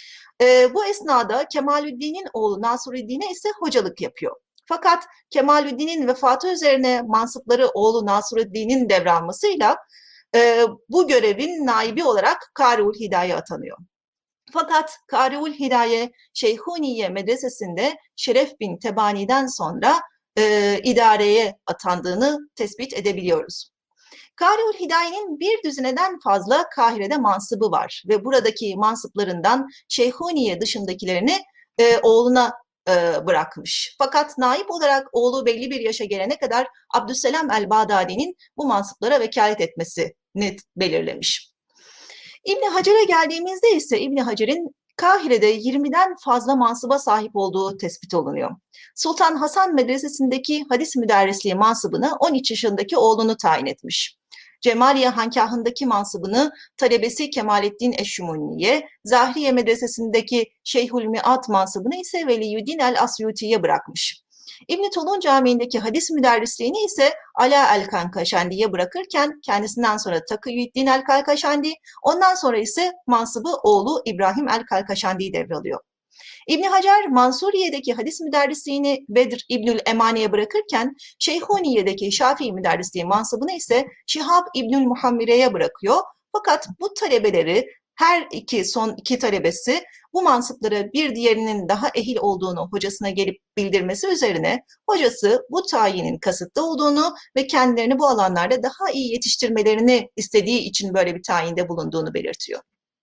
E, bu esnada Kemalüddin'in oğlu Nasruddin'e ise hocalık yapıyor. Fakat Kemalüddin'in vefatı üzerine mansıpları oğlu Nasruddin'in devralmasıyla e, bu görevin naibi olarak Kariul Hidaye atanıyor. Fakat Kariul Hidaye Şeyhuniye Medresesi'nde Şeref bin Tebani'den sonra e, idareye atandığını tespit edebiliyoruz. Kariul Hidaye'nin bir düzineden fazla Kahire'de mansıbı var ve buradaki mansıplarından Şeyhuniye dışındakilerini e, oğluna e, bırakmış. Fakat naip olarak oğlu belli bir yaşa gelene kadar Abdüsselam el-Bağdadi'nin bu mansıplara vekalet etmesini belirlemiş. İbni Hacer'e geldiğimizde ise İbni Hacer'in Kahire'de yirmiden fazla mansıba sahip olduğu tespit olunuyor. Sultan Hasan Medresesi'ndeki hadis müderrisliği mansıbını on üç yaşındaki oğlunu tayin etmiş. Cemaliye Hankahı'ndaki mansıbını talebesi Kemalettin Eşşumuni'ye, Zahriye Medresesi'ndeki Şeyhül Miat mansıbını ise Veliyüddin el-Asyuti'ye bırakmış. İbn-i Tolun Camii'ndeki hadis müderrisliğini ise Ala el-Kalkaşandi'ye bırakırken kendisinden sonra Takiyüddin el-Kalkaşandi, ondan sonra ise mansıbı oğlu İbrahim el-Kalkaşandi'yi devralıyor. İbn Hacer, Mansuriye'deki hadis müderrisliğini Bedr İbnül Emane'ye bırakırken Şeyhuniye'deki Şafii müderrisliği mansıbını ise Şihab İbnül Muhammire'ye bırakıyor. Fakat bu talebeleri her iki son iki talebesi bu mansıplara bir diğerinin daha ehil olduğunu hocasına gelip bildirmesi üzerine hocası bu tayinin kasıtlı olduğunu ve kendilerini bu alanlarda daha iyi yetiştirmelerini istediği için böyle bir tayinde bulunduğunu belirtiyor.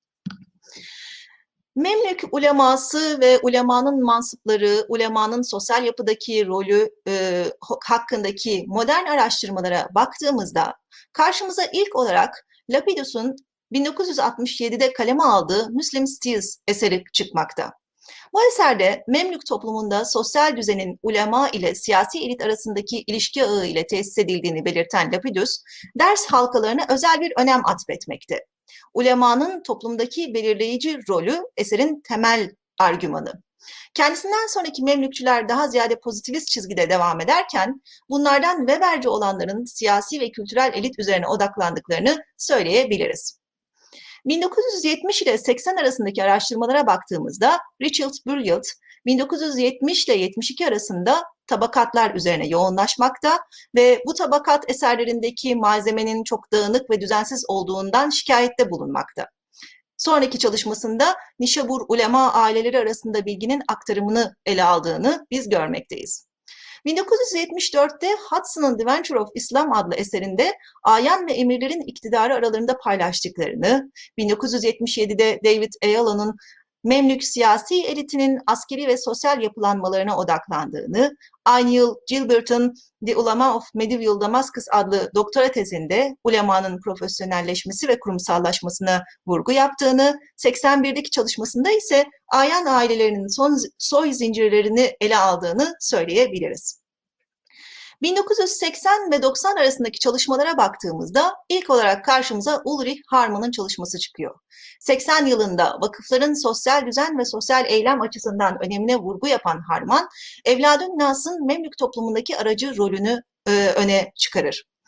Memlük uleması ve ulemanın mansıpları, ulemanın sosyal yapıdaki rolü e, hakkındaki modern araştırmalara baktığımızda karşımıza ilk olarak Lapidus'un bin dokuz yüz altmış yedide kaleme aldığı Muslim Steels eseri çıkmakta. Bu eserde Memlük toplumunda sosyal düzenin ulema ile siyasi elit arasındaki ilişki ağı ile tesis edildiğini belirten Lapidus, ders halkalarına özel bir önem atfetmekte. Ulemanın toplumdaki belirleyici rolü eserin temel argümanı. Kendisinden sonraki Memlükçüler daha ziyade pozitivist çizgide devam ederken bunlardan Weberci olanların siyasi ve kültürel elit üzerine odaklandıklarını söyleyebiliriz. bin dokuz yüz yetmiş ile seksen arasındaki araştırmalara baktığımızda Richard Bulliet, bin dokuz yüz yetmiş ile yetmiş iki arasında tabakatlar üzerine yoğunlaşmakta ve bu tabakat eserlerindeki malzemenin çok dağınık ve düzensiz olduğundan şikayette bulunmakta. Sonraki çalışmasında Nişabur ulema aileleri arasında bilginin aktarımını ele aldığını biz görmekteyiz. bin dokuz yüz yetmiş dörtte Hudson'ın The Venture of Islam adlı eserinde ayan ve emirlerin iktidarı aralarında paylaştıklarını, bin dokuz yüz yetmiş yedide David Ayalon'un Memlük siyasi elitinin askeri ve sosyal yapılanmalarına odaklandığını, aynı yıl Gilbert'ın The Ulema of Medieval Damascus adlı doktora tezinde ulemanın profesyonelleşmesi ve kurumsallaşmasına vurgu yaptığını, seksen birdeki çalışmasında ise ayan ailelerinin son soy zincirlerini ele aldığını söyleyebiliriz. bin dokuz yüz seksen ve doksan arasındaki çalışmalara baktığımızda ilk olarak karşımıza Ulrich Harman'ın çalışması çıkıyor. seksen yılında vakıfların sosyal düzen ve sosyal eylem açısından önemine vurgu yapan Harman, Evladün Nas'ın Memlük toplumundaki aracı rolünü e, öne çıkarır.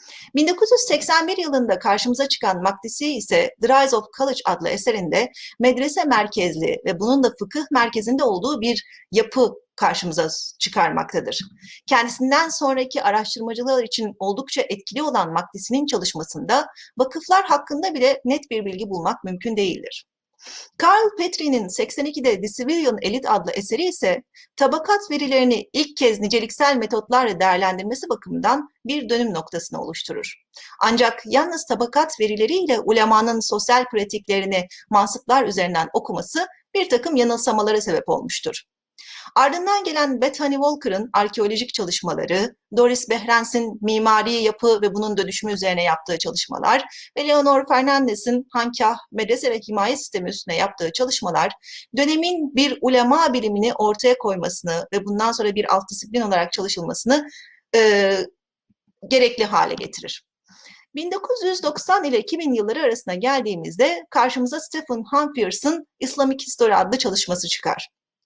bin dokuz yüz seksen bir yılında karşımıza çıkan Makdisi ise The Rise of College adlı eserinde medrese merkezli ve bunun da fıkıh merkezinde olduğu bir yapı karşımıza çıkarmaktadır. Kendisinden sonraki araştırmacılar için oldukça etkili olan Makdisi'nin çalışmasında vakıflar hakkında bile net bir bilgi bulmak mümkün değildir. Karl Petri'nin seksen ikide The Civilian Elite adlı eseri ise tabakat verilerini ilk kez niceliksel metotlarla değerlendirmesi bakımından bir dönüm noktasını oluşturur. Ancak yalnız tabakat verileriyle ulemanın sosyal pratiklerini mansıplar üzerinden okuması bir takım yanılsamalara sebep olmuştur. Ardından gelen Bethany Walker'ın arkeolojik çalışmaları, Doris Behrens'in mimari yapı ve bunun dönüşümü üzerine yaptığı çalışmalar ve Leonor Fernandez'in hankâh, medrese ve himaye sistemi üstüne yaptığı çalışmalar, dönemin bir ulema bilimini ortaya koymasını ve bundan sonra bir alt disiplin olarak çalışılmasını e, gerekli hale getirir. bin dokuz yüz doksan ile iki bin yılları arasına geldiğimizde karşımıza Stephen Hampiers'ın Islamic History adlı çalışması çıkar.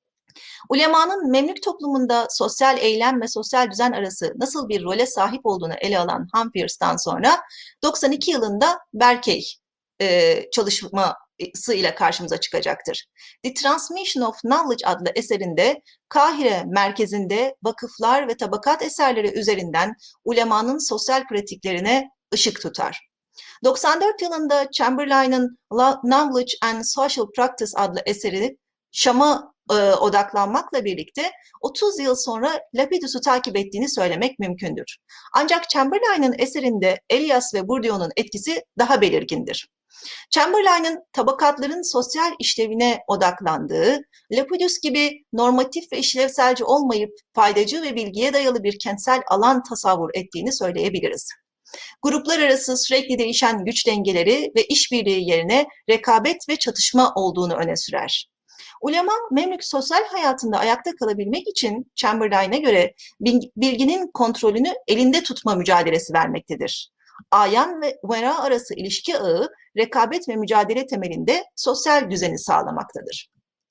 Ulemanın Memlük toplumunda sosyal eylem ve sosyal düzen arası nasıl bir role sahip olduğunu ele alan Hampiers'tan sonra doksan iki yılında Berkey e, çalışması ile karşımıza çıkacaktır. The Transmission of Knowledge adlı eserinde Kahire merkezinde vakıflar ve tabakat eserleri üzerinden ulemanın sosyal pratiklerine ışık tutar. doksan dört yılında Chamberlain'ın Knowledge and Social Practice adlı eseri Şam'a e, odaklanmakla birlikte otuz yıl sonra Lapidus'u takip ettiğini söylemek mümkündür. Ancak Chamberlain'ın eserinde Elias ve Bourdieu'nun etkisi daha belirgindir. Chamberlain'ın tabakatların sosyal işlevine odaklandığı, Lapidus gibi normatif ve işlevselci olmayıp faydacı ve bilgiye dayalı bir kentsel alan tasavvur ettiğini söyleyebiliriz. Gruplar arası sürekli değişen güç dengeleri ve işbirliği yerine rekabet ve çatışma olduğunu öne sürer. Ulema, Memlük sosyal hayatında ayakta kalabilmek için Chamberlain'e göre bilginin kontrolünü elinde tutma mücadelesi vermektedir. Ayan ve umera arası ilişki ağı, rekabet ve mücadele temelinde sosyal düzeni sağlamaktadır.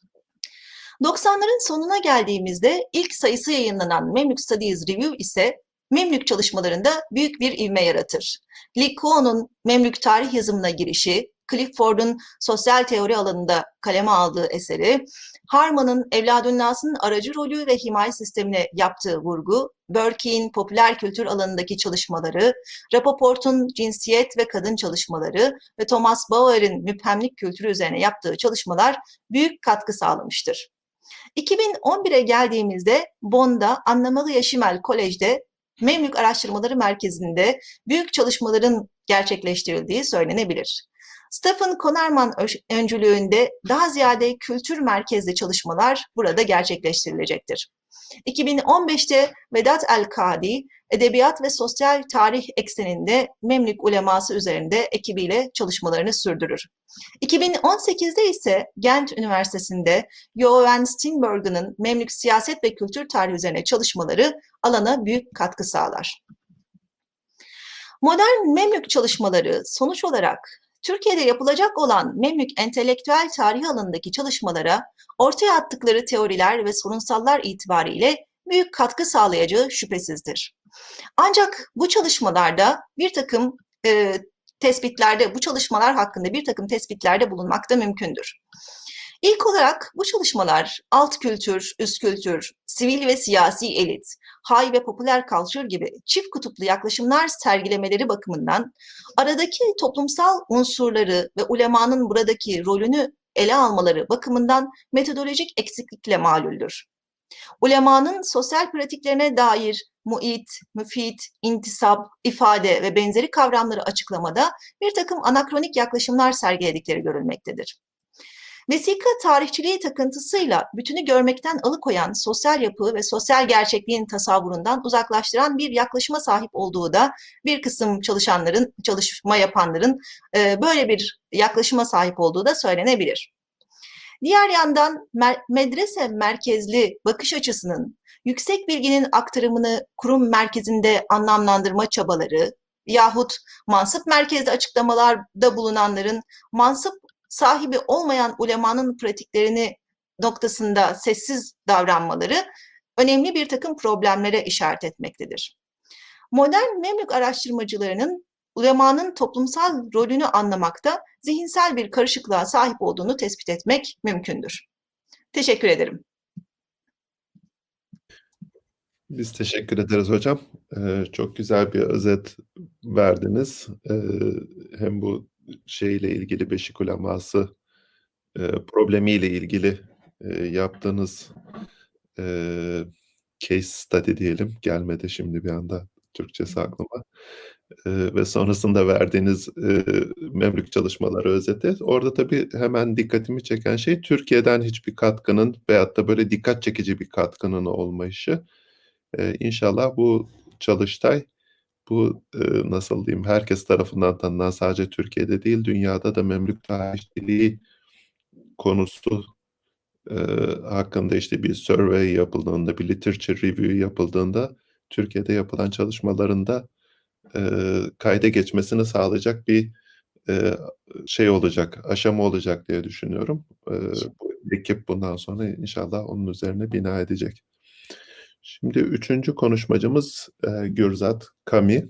doksanların sonuna geldiğimizde ilk sayısı yayınlanan Memlük Studies Review ise Memlük çalışmalarında büyük bir ivme yaratır. Lee Kuo'nun Memlük tarih yazımına girişi, Clifford'un sosyal teori alanında kaleme aldığı eseri, Harman'ın Evladünnas'ın aracı rolü ve himaye sistemine yaptığı vurgu, Burke'in popüler kültür alanındaki çalışmaları, Rapoport'un cinsiyet ve kadın çalışmaları ve Thomas Bauer'in müphemlik kültürü üzerine yaptığı çalışmalar büyük katkı sağlamıştır. iki bin on bire geldiğimizde Bonn'da Anna-Maria Schimmel Kolej'de Memlük Araştırmaları Merkezi'nde büyük çalışmaların gerçekleştirildiği söylenebilir. Stephen Konnerman öncülüğünde daha ziyade kültür merkezli çalışmalar burada gerçekleştirilecektir. iki bin on beşte Vedat El-Kadi, edebiyat ve sosyal tarih ekseninde Memlük uleması üzerinde ekibiyle çalışmalarını sürdürür. iki bin on sekizde ise Gent Üniversitesi'nde Johan Steenbergen'ın Memlük siyaset ve kültür tarihi üzerine çalışmaları alana büyük katkı sağlar. Modern Memlük çalışmaları sonuç olarak Türkiye'de yapılacak olan Memlük entelektüel tarih alanındaki çalışmalara ortaya attıkları teoriler ve sorunsallar itibariyle büyük katkı sağlayacağı şüphesizdir. Ancak bu çalışmalarda bir takım e, tespitlerde, bu çalışmalar hakkında bir takım tespitlerde bulunmak da mümkündür. İlk olarak bu çalışmalar alt kültür, üst kültür, sivil ve siyasi elit, high ve popüler culture gibi çift kutuplu yaklaşımlar sergilemeleri bakımından aradaki toplumsal unsurları ve ulemanın buradaki rolünü ele almaları bakımından metodolojik eksiklikle maluldür. Ulemanın sosyal pratiklerine dair muit, müfit, intisap, ifade ve benzeri kavramları açıklamada bir takım anakronik yaklaşımlar sergiledikleri görülmektedir. Vesika tarihçiliği takıntısıyla bütünü görmekten alıkoyan sosyal yapı ve sosyal gerçekliğin tasavvurundan uzaklaştıran bir yaklaşıma sahip olduğu da bir kısım çalışanların, çalışma yapanların e, böyle bir yaklaşıma sahip olduğu da söylenebilir. Diğer yandan medrese merkezli bakış açısının yüksek bilginin aktarımını kurum merkezinde anlamlandırma çabaları yahut mansıp merkezli açıklamalarda bulunanların mansıp sahibi olmayan ulemanın pratiklerini noktasında sessiz davranmaları önemli bir takım problemlere işaret etmektedir. Modern Memlük araştırmacılarının ulemanın toplumsal rolünü anlamakta zihinsel bir karışıklığa sahip olduğunu tespit etmek mümkündür. Teşekkür ederim. Biz teşekkür ederiz hocam. Ee, çok güzel bir özet verdiniz. Ee, hem bu şeyle ilgili Beşik uleması e, problemiyle ilgili e, yaptığınız e, case study diyelim. Gelmedi şimdi bir anda Türkçesi aklıma. E, ve sonrasında verdiğiniz e, Memlük çalışmaları özeti. Orada tabii hemen dikkatimi çeken şey Türkiye'den hiçbir katkının veyahut da böyle dikkat çekici bir katkının olmayışı. Ee, İnşallah bu çalıştay, bu e, nasıl diyeyim, herkes tarafından tanınan, sadece Türkiye'de değil dünyada da Memlük tarihçiliği konusu e, hakkında işte bir survey yapıldığında, bir literature review yapıldığında Türkiye'de yapılan çalışmalarında e, kayda geçmesini sağlayacak bir e, şey olacak, aşama olacak diye düşünüyorum. E, bu ekip bundan sonra inşallah onun üzerine bina edecek. Şimdi üçüncü konuşmacımız e, Gürzat Kami.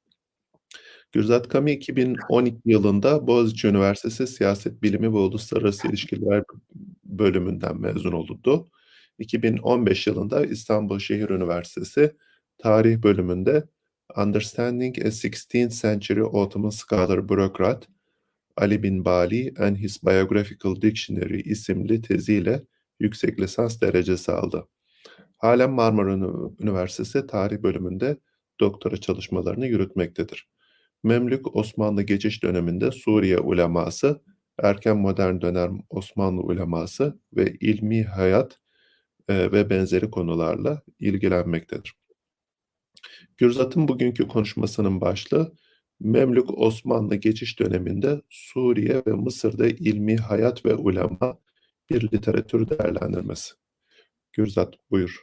Gürzat Kami iki bin on iki yılında Boğaziçi Üniversitesi Siyaset Bilimi ve Uluslararası İlişkiler bölümünden mezun oldu. iki bin on beş yılında İstanbul Şehir Üniversitesi Tarih bölümünde Understanding a sixteenth Century Ottoman Scholar Bureaucrat Ali bin Bali and His Biographical Dictionary isimli teziyle yüksek lisans derecesi aldı. Halen Marmara Üniversitesi Tarih bölümünde doktora çalışmalarını yürütmektedir. Memlük Osmanlı geçiş döneminde Suriye uleması, erken modern dönem Osmanlı uleması ve ilmi hayat e, ve benzeri konularla ilgilenmektedir. Gürzat'ın bugünkü konuşmasının başlığı Memlük Osmanlı geçiş döneminde Suriye ve Mısır'da ilmi hayat ve ulema bir literatür değerlendirmesi. Gürzat buyur.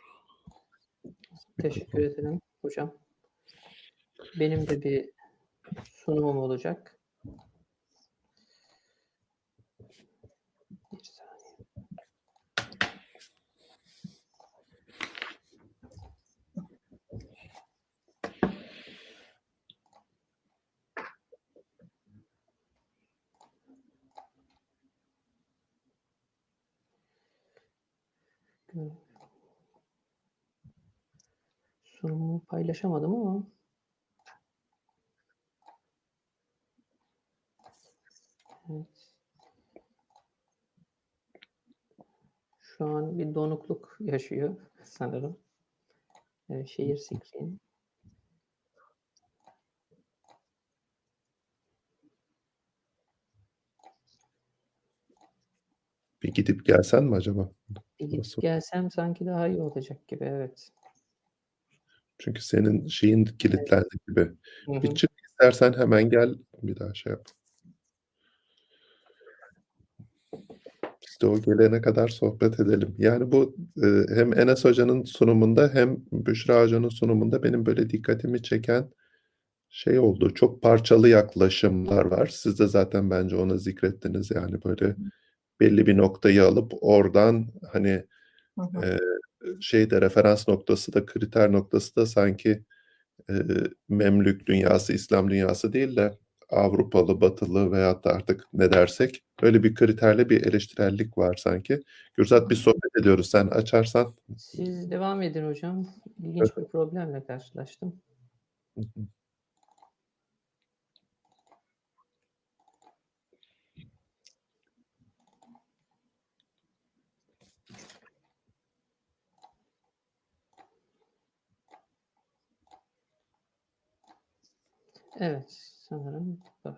Teşekkür ederim hocam. Benim de bir sunumum olacak. Bir saniye. Sunumumu paylaşamadım ama evet. Şu an bir donukluk yaşıyor sanırım. Evet, şehir screen. Bir gidip gelsen mi acaba? Bir gidip Nasıl? gelsem sanki daha iyi olacak gibi, evet. Çünkü senin şeyin kilitlendi gibi. Hı hı. Bir çık istersen hemen gel bir daha şey yap. Biz de o gelene kadar sohbet edelim. Yani bu e, hem Enes Hoca'nın sunumunda hem Büşra Hoca'nın sunumunda benim böyle dikkatimi çeken şey oldu. Çok parçalı yaklaşımlar var. Siz de zaten bence onu zikrettiniz. Yani böyle belli bir noktayı alıp oradan hani Hı hı. e, şeyde referans noktası da kriter noktası da sanki e, Memlük dünyası, İslam dünyası değil de Avrupalı, Batılı veyahut da artık ne dersek öyle bir kriterle bir eleştirellik var sanki. Gürzat bir sohbet ediyoruz. Sen açarsan. Siz devam edin hocam. İlginç bir problemle karşılaştım. Evet, sanırım böyle.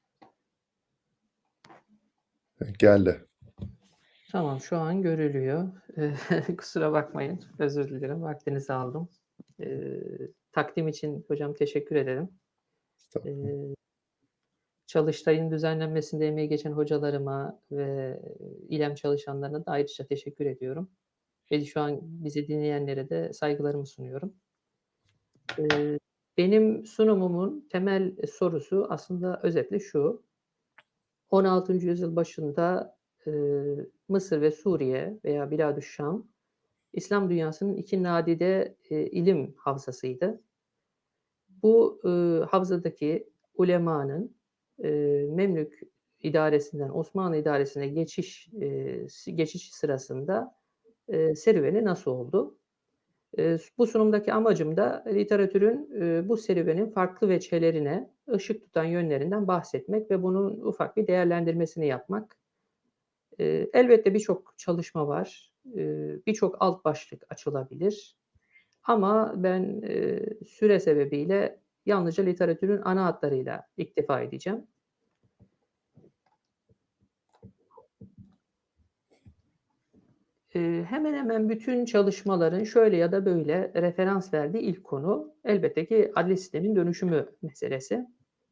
Geldi. Tamam, şu an görülüyor. Eee, kusura bakmayın, özür dilerim. Vaktinizi aldım. Eee, takdim için hocam teşekkür ederim. Eee, Çalıştay'ın düzenlenmesinde emeği geçen hocalarıma ve İLEM çalışanlarına da ayrıca teşekkür ediyorum. Ve şu an bizi dinleyenlere de saygılarımı sunuyorum. Eee, benim sunumumun temel sorusu aslında özetle şu: on altıncı yüzyıl başında eee, Mısır ve Suriye veya Biladüşşam, İslam dünyasının iki nadide eee, ilim havzasıydı. bu e, havzadaki ulemanın e, Memlük idaresinden Osmanlı idaresine geçiş e, geçiş sırasında e, serüveni nasıl oldu? E, bu sunumdaki amacım da literatürün e, bu serüvenin farklı veçelerine ışık tutan yönlerinden bahsetmek ve bunun ufak bir değerlendirmesini yapmak. E, elbette birçok çalışma var, e, birçok alt başlık açılabilir. Ama ben e, süre sebebiyle yalnızca literatürün ana hatlarıyla iktifa edeceğim. E, hemen hemen bütün çalışmaların şöyle ya da böyle referans verdiği ilk konu elbette ki adli sistemin dönüşümü meselesi.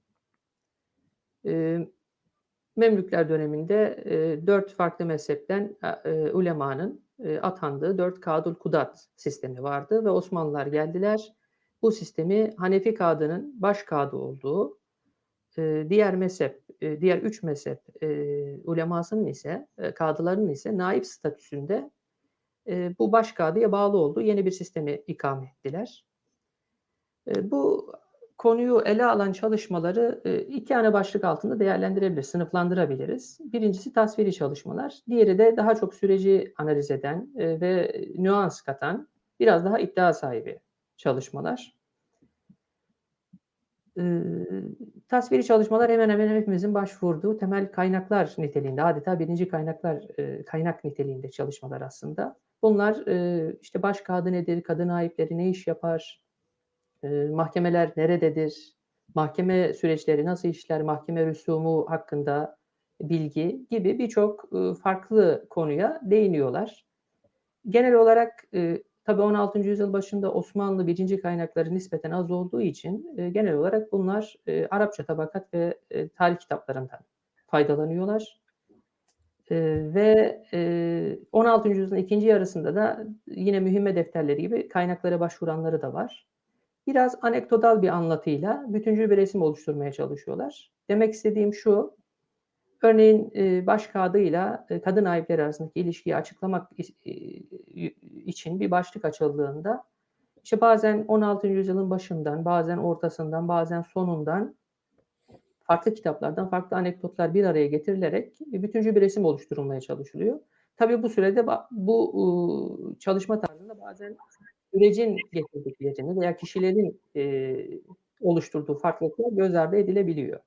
E, Memlükler döneminde e, dört farklı mezhepten e, ulemanın e, atandığı dört Kadul Kudat sistemi vardı ve Osmanlılar geldiler. Bu sistemi Hanefi kadının baş kadı olduğu, e, diğer mezhep, e, diğer üç mezhep e, ulemasının ise, e, kadılarının ise naip statüsünde e, bu baş kadıya bağlı olduğu yeni bir sistemi ikame ettiler. E, bu konuyu ele alan çalışmaları e, iki ana başlık altında değerlendirebiliriz, sınıflandırabiliriz. Birincisi tasviri çalışmalar, diğeri de daha çok süreci analiz eden e, ve nüans katan, biraz daha iddia sahibi çalışmalar. E, tasviri çalışmalar hemen hemen hepimizin başvurduğu temel kaynaklar niteliğinde, adeta birinci kaynaklar e, kaynak niteliğinde çalışmalar aslında. Bunlar e, işte baş kadı nedir, kadın naipleri ne iş yapar, e, mahkemeler nerededir, mahkeme süreçleri nasıl işler, mahkeme rüsumu hakkında bilgi gibi birçok e, farklı konuya değiniyorlar. Genel olarak e, tabii on altıncı yüzyıl başında Osmanlı birinci kaynakları nispeten az olduğu için e, genel olarak bunlar e, Arapça tabakat ve e, tarih kitaplarından faydalanıyorlar. E, ve e, on altıncı yüzyılın ikinci yarısında da yine mühimme defterleri gibi kaynaklara başvuranları da var. Biraz anekdotal bir anlatıyla bütüncül bir resim oluşturmaya çalışıyorlar. Demek istediğim şu, örneğin e, baş kadıyla e, kadın naipler arasındaki ilişkiyi açıklamak e, için bir başlık açıldığında işte bazen on altıncı yüzyılın başından, bazen ortasından, bazen sonundan farklı kitaplardan farklı anekdotlar bir araya getirilerek bütüncül bir resim oluşturulmaya çalışılıyor. Tabii bu sürede bu çalışma tarzında bazen sürecin getirdiklerini veya kişilerin e, oluşturduğu farklılıklar göz ardı edilebiliyor.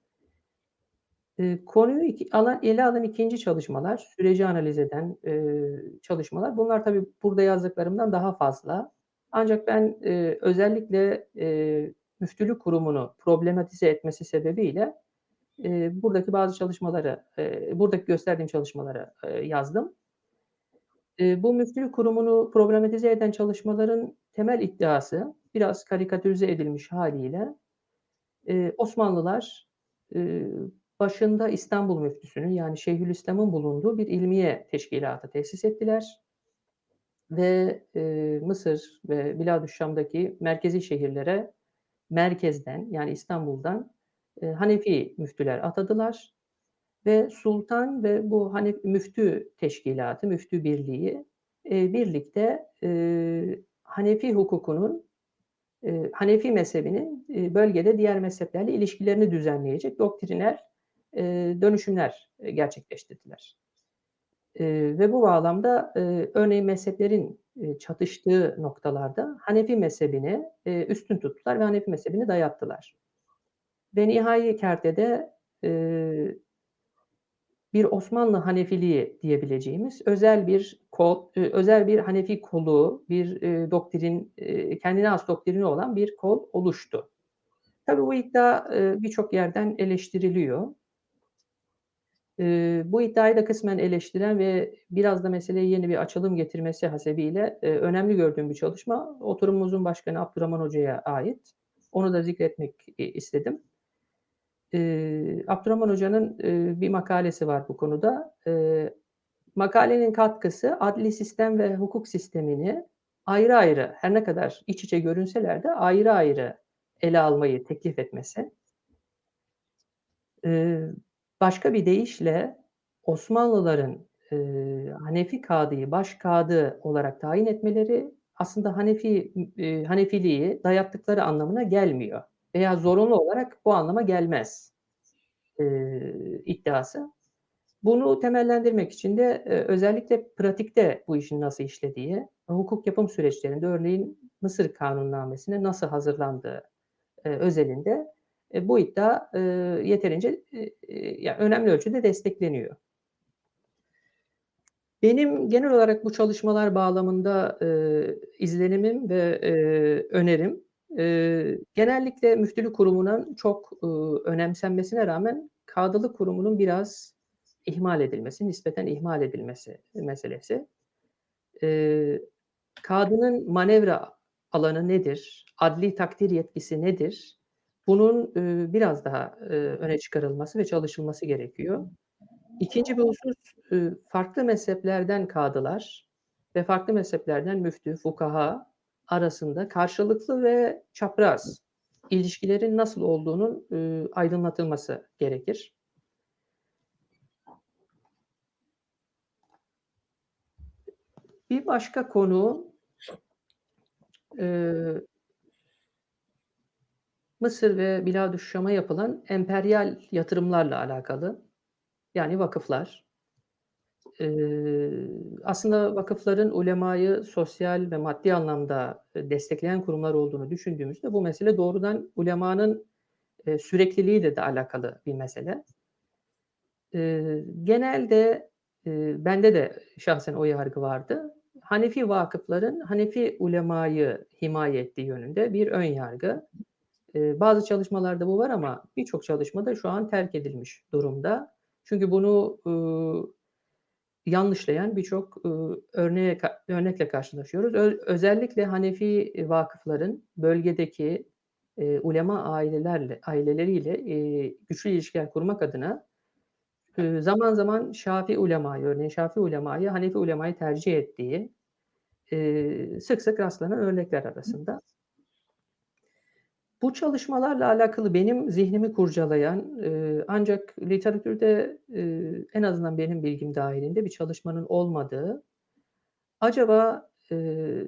E, konuyu iki, alan, ele alan ikinci çalışmalar, süreci analiz eden e, çalışmalar. Bunlar tabii burada yazdıklarımdan daha fazla. Ancak ben e, özellikle e, müftülük kurumunu problematize etmesi sebebiyle e, buradaki bazı çalışmaları, e, buradaki gösterdiğim çalışmaları e, yazdım. E, bu müftülük kurumunu problematize eden çalışmaların temel iddiası, biraz karikatürize edilmiş haliyle e, Osmanlılar e, başında İstanbul müftüsünün yani Şeyhülislam'ın bulunduğu bir ilmiye teşkilatı tesis ettiler ve e, Mısır ve Biladüzşam'daki merkezi şehirlere merkezden yani İstanbul'dan e, Hanefi müftüler atadılar ve sultan ve bu Hanefi müftü teşkilatı, müftü birliği e, birlikte e, Hanefi hukukunun e, Hanefi mezhebinin e, bölgede diğer mezheplerle ilişkilerini düzenleyecek doktriner e, dönüşümler e, gerçekleştirdiler. E, ve bu bağlamda e, örneğin mezheplerin e, çatıştığı noktalarda Hanefi mezhebini e, üstün tuttular ve Hanefi mezhebini dayattılar. Ve nihai kertede e, bir Osmanlı Hanefiliği diyebileceğimiz özel bir kol, e, özel bir Hanefi kolu, bir e, doktrin, e, kendine has doktrini olan bir kol oluştu. Tabii bu iddia e, birçok yerden eleştiriliyor. E, bu iddiayı da kısmen eleştiren ve biraz da meseleye yeni bir açılım getirmesi hasebiyle e, önemli gördüğüm bir çalışma oturumumuzun başkanı Abdurrahman Hoca'ya ait. Onu da zikretmek e, istedim. E, Abdurrahman Hoca'nın e, bir makalesi var bu konuda. E, makalenin katkısı adli sistem ve hukuk sistemini ayrı ayrı, her ne kadar iç içe görünseler de ayrı ayrı ele almayı teklif etmesi. Eee, başka bir deyişle Osmanlıların eee, Hanefi kadıyı baş kadı olarak tayin etmeleri, aslında Hanefi e, Hanefiliği dayattıkları anlamına gelmiyor veya zorunlu olarak bu anlama gelmez e, iddiası. Bunu temellendirmek için de e, özellikle pratikte bu işin nasıl işlediği, hukuk yapım süreçlerinde örneğin Mısır kanunnamesine nasıl hazırlandığı e, özelinde e, bu iddia e, yeterince e, e, yani önemli ölçüde destekleniyor. Benim genel olarak bu çalışmalar bağlamında e, izlenimim ve e, önerim e, genellikle müftülük kurumunun çok e, önemsenmesine rağmen kadılık kurumunun biraz ihmal edilmesi, nispeten ihmal edilmesi meselesi. E, kadının manevra alanı nedir? Adli takdir yetkisi nedir? Bunun e, biraz daha e, öne çıkarılması ve çalışılması gerekiyor. İkinci bir husus, e, farklı mezheplerden kadılar ve farklı mezheplerden müftü, fukaha arasında karşılıklı ve çapraz ilişkilerin nasıl olduğunun e, aydınlatılması gerekir. Bir başka konu e, Mısır ve Biladüşşam'a yapılan emperyal yatırımlarla alakalı, yani vakıflar. Eee, aslında vakıfların ulemayı sosyal ve maddi anlamda e, destekleyen kurumlar olduğunu düşündüğümüzde bu mesele doğrudan ulemanın e, sürekliliğiyle de alakalı bir mesele. Eee, genelde e, bende de şahsen o yargı vardı. Hanefi vakıfların Hanefi ulemayı himaye ettiği yönünde bir ön yargı. Eee, bazı çalışmalarda bu var ama birçok çalışmada şu an terk edilmiş durumda. Çünkü bunu ııı, yanlışlayan birçok ııı, örneğe örnekle karşılaşıyoruz. Ö özellikle Hanefi vakıfların bölgedeki eee, ulema ailelerle aileleriyle eee, güçlü ilişkiler kurmak adına ııı, zaman zaman Şafii ulemayı, örneğin Şafii ulemayı Hanefi ulemayı tercih ettiği eee, sık sık rastlanan örnekler arasında. Bu çalışmalarla alakalı benim zihnimi kurcalayan, eee, ancak literatürde, eee, en azından benim bilgim dâhilinde bir çalışmanın olmadığı, acaba, eee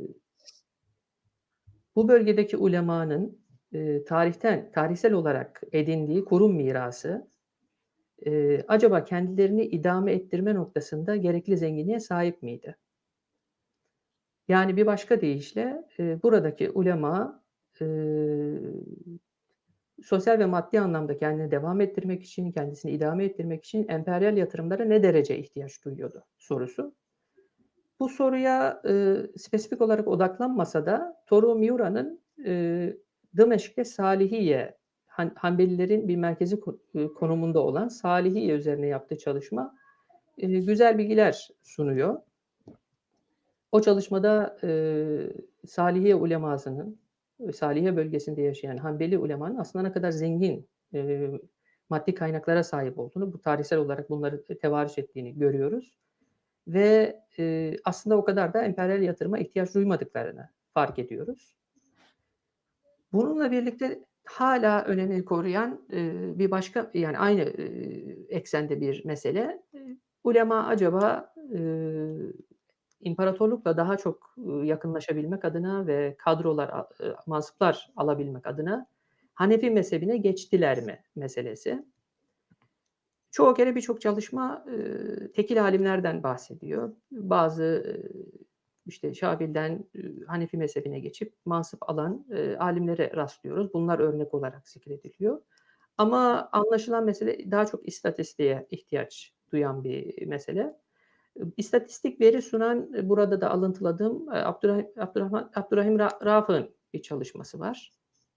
bu bölgedeki ulemanın, eee, tarihten tarihsel olarak edindiği kurum mirası, eee, acaba kendilerini idame ettirme noktasında gerekli zenginliğe sahip miydi? Yani bir başka deyişle, eee, buradaki ulema, eee sosyal ve maddi anlamda kendini devam ettirmek için, kendisini idame ettirmek için emperyal yatırımlara ne derece ihtiyaç duyuyordu sorusu. Bu soruya, ııı, spesifik olarak odaklanmasa da Toru Miura'nın, eee, Dımeşk'te Salihiye, Han Hanbelilerin bir merkezi ko ııı, konumunda olan Salihiye üzerine yaptığı çalışma, eee, güzel bilgiler sunuyor. O çalışmada, eee, Salihiye ulemasının, eee, Salihiye bölgesinde yaşayan Hanbeli ulemanın aslında ne kadar zengin, eee, maddi kaynaklara sahip olduğunu, bu tarihsel olarak bunları te tevarüs ettiğini görüyoruz ve, eee, aslında o kadar da emperyal yatırıma ihtiyaç duymadıklarını fark ediyoruz. Bununla birlikte hâlâ önemini koruyan, eee, bir başka, yani aynı, eee, eksende bir mesele. Eee, ulema acaba, eee, imparatorlukla daha çok, ııı, yakınlaşabilmek adına ve kadrolar, a ııı, mansıplar alabilmek adına Hanefi mezhebine geçtiler mi meselesi. Çoğu kere birçok çalışma, ııı, tekil âlimlerden bahsediyor. Bazı, ııı, işte Şabil'den, ııı, Hanefi mezhebine geçip mansıp alan, eee, âlimlere rastlıyoruz. Bunlar örnek olarak zikrediliyor. Ama anlaşılan mesele daha çok istatistiğe ihtiyaç duyan bir mesele. Iıı, istatistik veri sunan, eee, burada da alıntıladığım, eee, Abdurrahim Abdurrahman Abdurrahim Ra Rafi'ın bir çalışması var.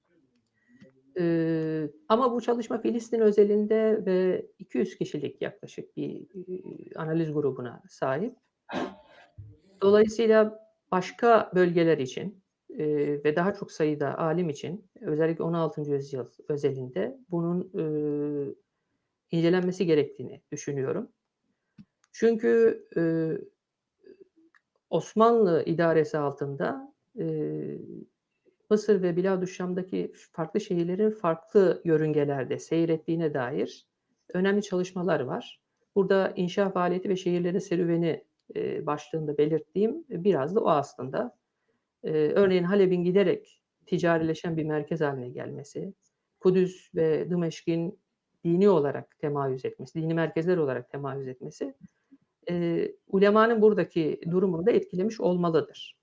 Iıı, ama bu çalışma Filistin özelinde ve iki yüz kişilik yaklaşık bir, iii, analiz grubuna sahip. Dolayısıyla başka bölgeler için, eee, ve daha çok sayıda alim için özellikle on altıncı yüzyıl özelinde bunun, ııı, incelenmesi gerektiğini düşünüyorum. Çünkü, ııı, Osmanlı idaresi altında, eee, Mısır ve Biladüşşam'daki farklı şehirlerin farklı yörüngelerde seyrettiğine dair önemli çalışmalar var. Burada inşa faaliyeti ve şehirlerin serüveni, eee, başlığında belirttiğim biraz da o aslında. e, örneğin Halep'in giderek ticarileşen bir merkez haline gelmesi, Kudüs ve Dımeşk'in dini olarak temayüz etmesi, dini merkezler olarak temayüz etmesi, e, ulemanın buradaki durumunu da etkilemiş olmalıdır.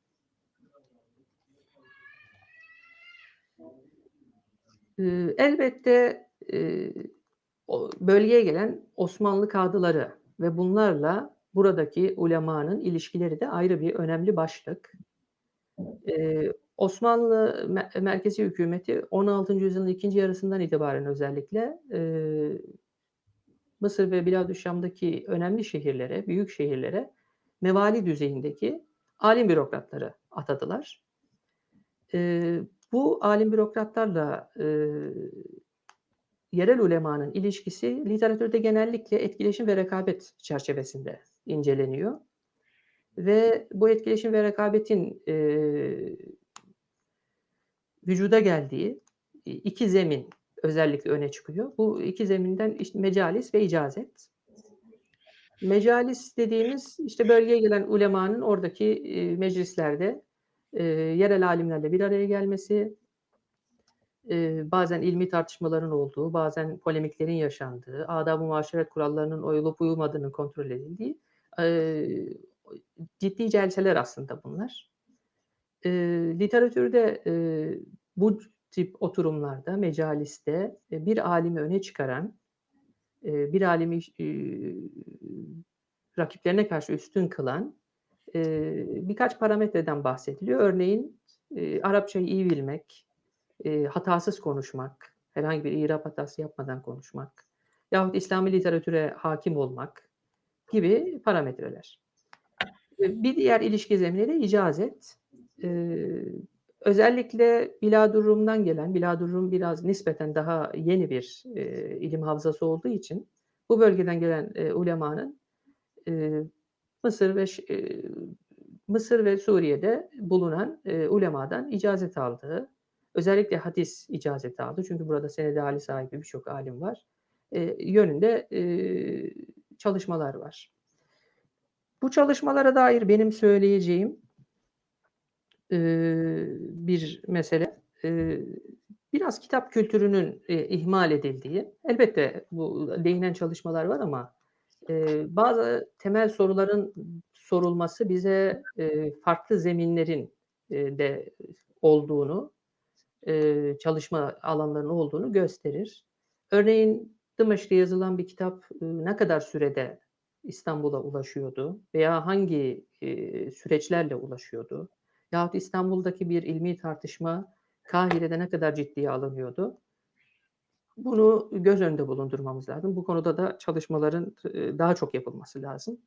E, elbette e, o bölgeye gelen Osmanlı kadıları ve bunlarla buradaki ulemanın ilişkileri de ayrı bir önemli başlık. Ee, Osmanlı me- merkezi hükümeti on altıncı yüzyılın ikinci yarısından itibaren özellikle e, Mısır ve Biladüzşam'daki önemli şehirlere, büyük şehirlere mevali düzeyindeki alim bürokratları atadılar. E, bu alim bürokratlarla e, yerel ulemanın ilişkisi literatürde genellikle etkileşim ve rekabet çerçevesinde inceleniyor. Ve bu etkileşim ve rekabetin e, vücuda geldiği iki zemin özellikle öne çıkıyor. Bu iki zeminden işte mecalis ve icazet. Mecalis dediğimiz işte bölgeye gelen ulemanın oradaki e, meclislerde e, yerel alimlerle bir araya gelmesi, e, bazen ilmi tartışmaların olduğu, bazen polemiklerin yaşandığı, adab-ı muaşeret kurallarının uyulup uyulmadığının kontrol edildiği e, ciddi celseler aslında bunlar. E, literatürde e, bu tip oturumlarda, mecaliste e, bir alimi öne çıkaran, e, bir alimi e, rakiplerine karşı üstün kılan e, birkaç parametreden bahsediliyor. Örneğin e, Arapçayı iyi bilmek, e, hatasız konuşmak, herhangi bir irab hatası yapmadan konuşmak, yahut İslami literatüre hakim olmak gibi parametreler. Bir diğer ilişki zemini de icazet. Ee, özellikle Biladurrum'dan gelen, Biladurrum biraz nispeten daha yeni bir e, ilim havzası olduğu için bu bölgeden gelen e, ulemanın e, Mısır ve e, Mısır ve Suriye'de bulunan e, ulemadan icazet aldığı, özellikle hadis icazeti aldı. Çünkü burada sened-i âli sahibi birçok alim var. E, yönünde e, çalışmalar var. Bu çalışmalara dair benim söyleyeceğim e, bir mesele, e, biraz kitap kültürünün e, ihmal edildiği. Elbette bu değinen çalışmalar var ama e, bazı temel soruların sorulması bize e, farklı zeminlerin e, de olduğunu, e, çalışma alanlarının olduğunu gösterir. Örneğin Dımeşk'te yazılan bir kitap e, ne kadar sürede İstanbul'a ulaşıyordu veya hangi e, süreçlerle ulaşıyordu? Yahut İstanbul'daki bir ilmi tartışma Kahire'de ne kadar ciddiye alınıyordu? Bunu göz önünde bulundurmamız lazım. Bu konuda da çalışmaların e, daha çok yapılması lazım.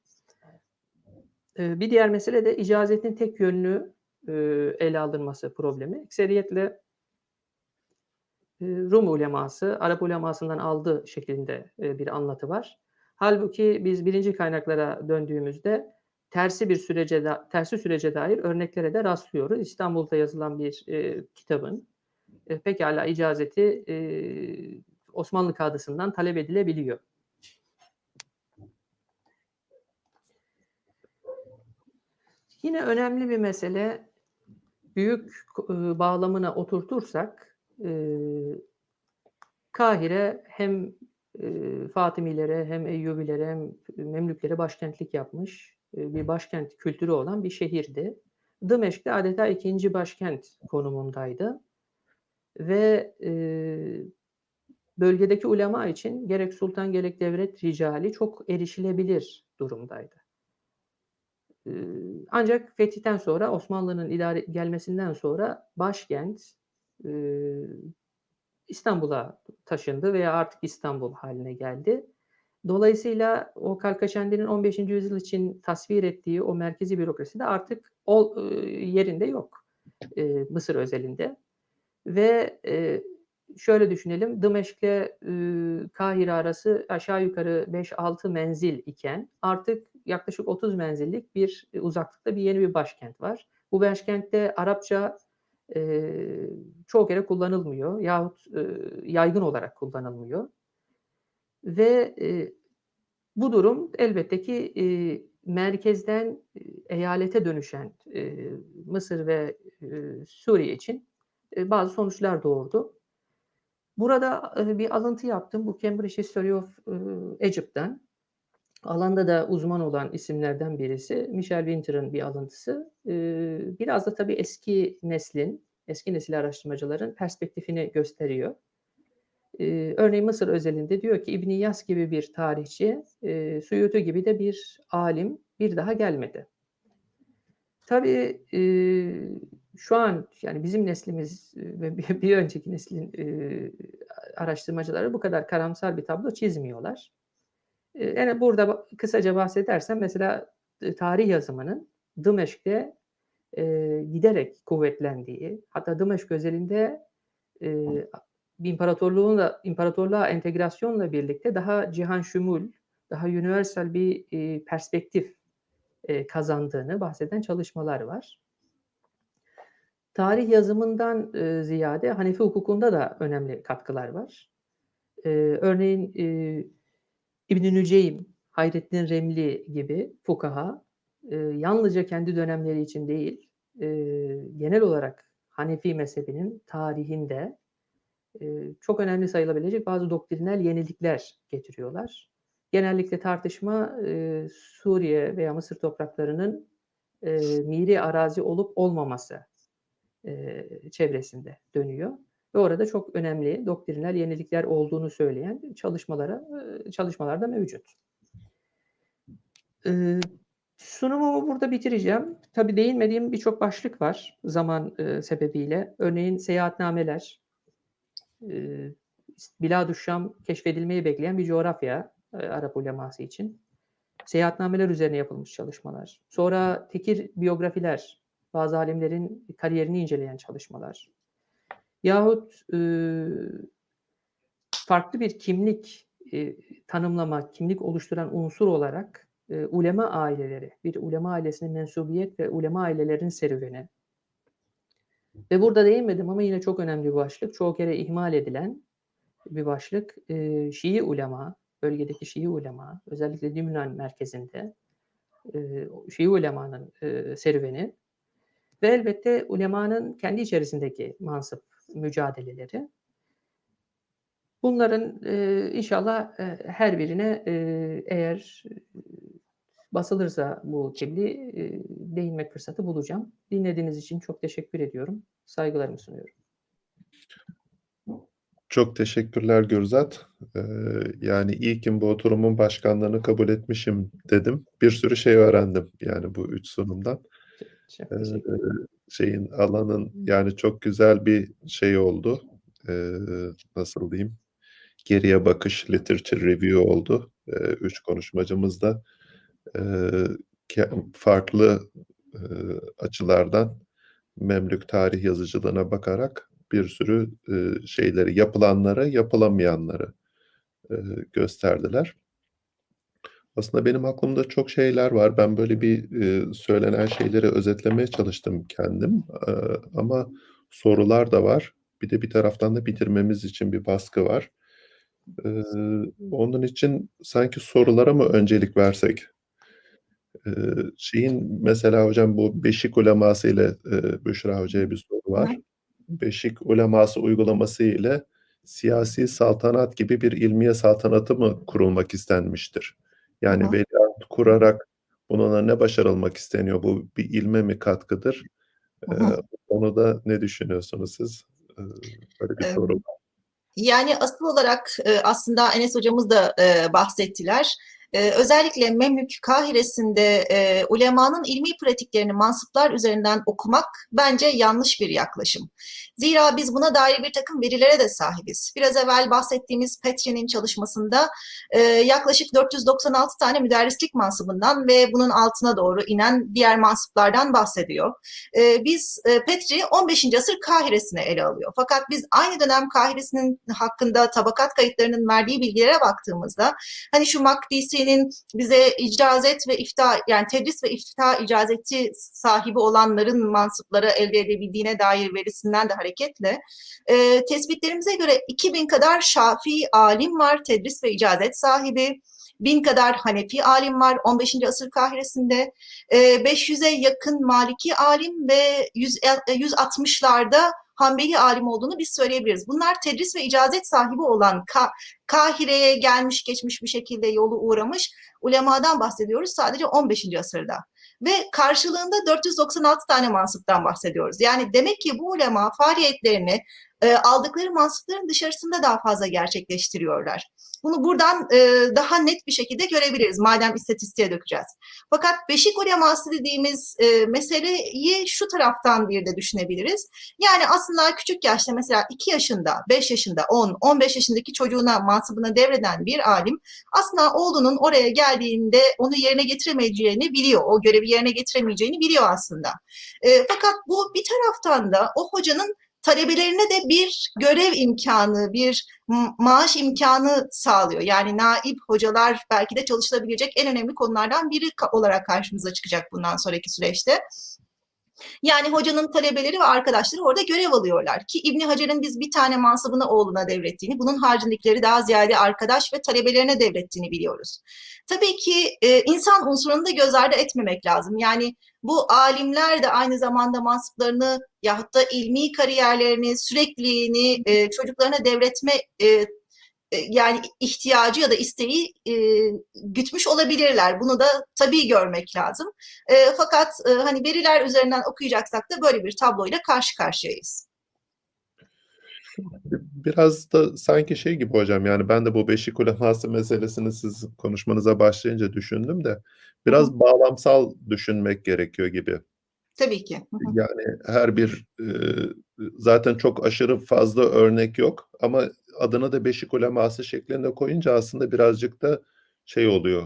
E, bir diğer mesele de icazetin tek yönlü e, ele alınması problemi. Ekseriyetle Rum uleması, Arap ulemasından aldığı şeklinde bir anlatı var. Halbuki biz birinci kaynaklara döndüğümüzde tersi bir sürece da, tersi sürece dair örneklere de rastlıyoruz. İstanbul'da yazılan bir e, kitabın e, pekala icazeti e, Osmanlı kadısından talep edilebiliyor. Yine önemli bir mesele, büyük e, bağlamına oturtursak e, Kahire hem e, Fatimilere hem Eyyubilere hem Memlüklere başkentlik yapmış e, bir başkent kültürü olan bir şehirdi. Dımeşk'te adeta ikinci başkent konumundaydı ve e, bölgedeki ulema için gerek sultan gerek devlet ricali çok erişilebilir durumdaydı. E, ancak fetihten sonra Osmanlı'nın idare gelmesinden sonra başkent e, İstanbul'a taşındı veya artık İstanbul haline geldi. Dolayısıyla o Kalkaşendi'nin on beşinci yüzyıl için tasvir ettiği o merkezi bürokrasi de artık o yerinde yok e, Mısır özelinde. Ve e, şöyle düşünelim, Dımeşk'le e, Kahire arası aşağı yukarı beş altı menzil iken artık yaklaşık otuz menzillik bir uzaklıkta bir yeni bir başkent var. Bu başkentte Arapça e, çoğu kere kullanılmıyor yahut e, yaygın olarak kullanılmıyor. Ve e, bu durum elbette ki e, merkezden e, eyalete dönüşen e, Mısır ve e, Suriye için e, bazı sonuçlar doğurdu. Burada e, bir alıntı yaptım. Bu Cambridge History of e, Egypt'ten. Alanda da uzman olan isimlerden birisi. Michel Winter'ın bir alıntısı. E, biraz da tabii eski neslin, eski nesil araştırmacıların perspektifini gösteriyor. Ee, örneğin Mısır özelinde diyor ki İbn İyas gibi bir tarihçi, e, Suyuti gibi de bir alim bir daha gelmedi. Tabii e, şu an yani bizim neslimiz ve bir, bir önceki neslin e, araştırmacıları bu kadar karamsar bir tablo çizmiyorlar. E, yani burada kısaca bahsedersem mesela e, tarih yazımının Dımeşk'te e, giderek kuvvetlendiği, hatta Dımeşk özelinde e, imparatorluğunla imparatorluğa entegrasyonla birlikte daha cihan şumul, daha universal bir e, perspektif e, kazandığını bahseden çalışmalar var. Tarih yazımından e, ziyade Hanefi hukukunda da önemli katkılar var. E, örneğin e, İbn-i Nüceym, Hayrettin Remli gibi fukaha e, yalnızca kendi dönemleri için değil, e, genel olarak Hanefi mezhebinin tarihinde e, çok önemli sayılabilecek bazı doktrinal yenilikler getiriyorlar. Genellikle tartışma e, Suriye veya Mısır topraklarının e, miri arazi olup olmaması e, çevresinde dönüyor. Ve orada çok önemli doktrinal yenilikler olduğunu söyleyen çalışmalara e, çalışmalar da mevcut. E, Sunumumu burada bitireceğim. Tabii değinmediğim birçok başlık var zaman e, sebebiyle. Örneğin seyahatnameler, e, Bilad-ı-Şam keşfedilmeyi bekleyen bir coğrafya e, Arap uleması için. Seyahatnameler üzerine yapılmış çalışmalar. Sonra tekir biyografiler, bazı alimlerin kariyerini inceleyen çalışmalar. Yahut e, farklı bir kimlik e, tanımlama, kimlik oluşturan unsur olarak e, ulema aileleri, bir ulema ailesinin mensubiyet ve ulema ailelerin serüveni. Ve burada değinmedim ama yine çok önemli bir başlık, çoğu kere ihmal edilen bir başlık. E, Şii ulema, bölgedeki Şii ulema, özellikle Dimnan merkezinde e, Şii ulemanın e, serüveni ve elbette ulemanın kendi içerisindeki mansıp mücadeleleri. Bunların e, inşallah e, her birine e, eğer basılırsa bu tebliğ e, değinmek fırsatı bulacağım. Dinlediğiniz için çok teşekkür ediyorum. Saygılarımı sunuyorum. Çok teşekkürler Gürzat. Ee, yani ilkin bu oturumun başkanlığını kabul etmişim dedim. Bir sürü şey öğrendim yani bu üç sunumdan. Çok Ee, teşekkür ederim. şeyin alanın yani çok güzel bir şey oldu. Ee, nasıl diyeyim? Geriye bakış, literature review oldu. Ee, üç konuşmacımız da e, farklı e, açılardan Memlük tarih yazıcılığına bakarak bir sürü e, şeyleri, yapılanları, yapılamayanları e, gösterdiler. Aslında benim aklımda çok şeyler var. Ben böyle bir e, söylenen şeyleri özetlemeye çalıştım kendim. E, ama sorular da var. Bir de bir taraftan da bitirmemiz için bir baskı var. E, onun için sanki sorulara mı öncelik versek? E, şeyin mesela hocam bu Beşik uleması ile e, Büşra Hoca'ya bir soru var. Beşik uleması uygulaması ile siyasi saltanat gibi bir ilmiye saltanatı mı kurulmak istenmiştir? Yani Hı. veliaht kurarak bununla ne başarılmak isteniyor? Bu bir ilme mi katkıdır? Hı hı. Ee, onu da ne düşünüyorsunuz siz? Ee, böyle bir Ee, soru var. Yani asıl olarak e, aslında Enes hocamız da e, bahsettiler. E, özellikle Memlük Kahire'sinde e, ulemanın ilmi pratiklerini mansıplar üzerinden okumak bence yanlış bir yaklaşım. Zira biz buna dair bir takım verilere de sahibiz. Biraz evvel bahsettiğimiz Petri'nin çalışmasında e, yaklaşık dört yüz doksan altı tane müderrislik mansıbından ve bunun altına doğru inen diğer mansıplardan bahsediyor. E, biz e, Petri on beşinci asır Kahire'sini ele alıyor. Fakat biz aynı dönem Kahire'sinin hakkında tabakat kayıtlarının verdiği bilgilere baktığımızda hani şu Makdisi'nin bize icazet ve ifta yani tedris ve ifta icazeti sahibi olanların mansıpları elde edebildiğine dair verisinden de hareketle e, tespitlerimize göre iki bin kadar Şafii alim var, tedris ve icazet sahibi. bin kadar Hanefi alim var on beşinci asır Kahire'sinde. E, beş yüze yakın Maliki alim ve yüz altmışlarda Hanbeli alim olduğunu biz söyleyebiliriz. Bunlar tedris ve icazet sahibi olan Ka Kahire'ye gelmiş geçmiş bir şekilde yolu uğramış ulemadan bahsediyoruz sadece on beşinci asırda. Ve karşılığında dört yüz doksan altı tane mansıptan bahsediyoruz. Yani demek ki bu ulema faaliyetlerini e, aldıkları mansıpların dışarısında daha fazla gerçekleştiriyorlar. Bunu buradan e, daha net bir şekilde görebiliriz madem istatistiğe dökeceğiz. Fakat beşik uleması dediğimiz e, meseleyi şu taraftan bir de düşünebiliriz. Yani aslında küçük yaşta mesela iki yaşında, beş yaşında, on, on beş yaşındaki çocuğuna mansıbına devreden bir alim aslında oğlunun oraya geldiğinde onu yerine getiremeyeceğini biliyor. O görevi yerine getiremeyeceğini biliyor aslında. E, fakat bu bir taraftan da o hocanın talebelerine de bir görev imkanı, bir ma maaş imkanı sağlıyor. Yani naib hocalar belki de çalışılabilecek en önemli konulardan biri olarak karşımıza çıkacak bundan sonraki süreçte. Yani hocanın talebeleri ve arkadaşları orada görev alıyorlar ki İbni Hacer'in biz bir tane mansıbını oğluna devrettiğini, bunun haricindekileri daha ziyade arkadaş ve talebelerine devrettiğini biliyoruz. Tabii ki e, insan unsurunu da göz ardı etmemek lazım. Yani bu alimler de aynı zamanda mansıplarını yahut da ilmi kariyerlerini, sürekliliğini e, çocuklarına devretme e, yani ihtiyacı ya da isteği e, gütmüş olabilirler. Bunu da tabii görmek lazım. E, fakat e, hani veriler üzerinden okuyacaksak da böyle bir tabloyla karşı karşıyayız. Biraz da sanki şey gibi hocam, yani ben de bu beşik uleması meselesini siz konuşmanıza başlayınca düşündüm de biraz Hı-hı. bağlamsal düşünmek gerekiyor gibi. Tabii ki. Hı-hı. Yani her bir e, zaten çok aşırı fazla örnek yok ama adına da beşik uleması şeklinde koyunca aslında birazcık da şey oluyor.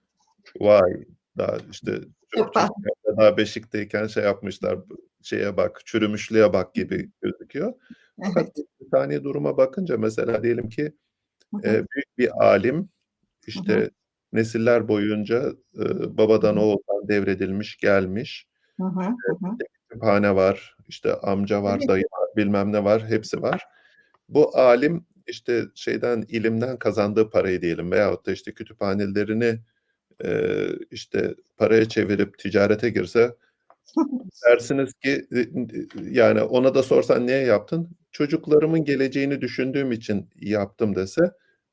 Vay, daha işte çok daha beşikteyken şey yapmışlar, şeye bak, çürümüşlüğe bak gibi gözüküyor. Fakat evet. Bir tane duruma bakınca mesela diyelim ki e, büyük bir alim işte hı hı. nesiller boyunca e, babadan hı hı. oğuldan devredilmiş gelmiş. Hı hı. Hı. Kütüphane var, işte amca var, evet. dayı var, bilmem ne var, hepsi var. Bu alim işte şeyden, ilimden kazandığı parayı diyelim veyahut da işte kütüphanelerini e, işte paraya çevirip ticarete girse dersiniz ki yani ona da sorsan niye yaptın? Çocuklarımın geleceğini düşündüğüm için yaptım dese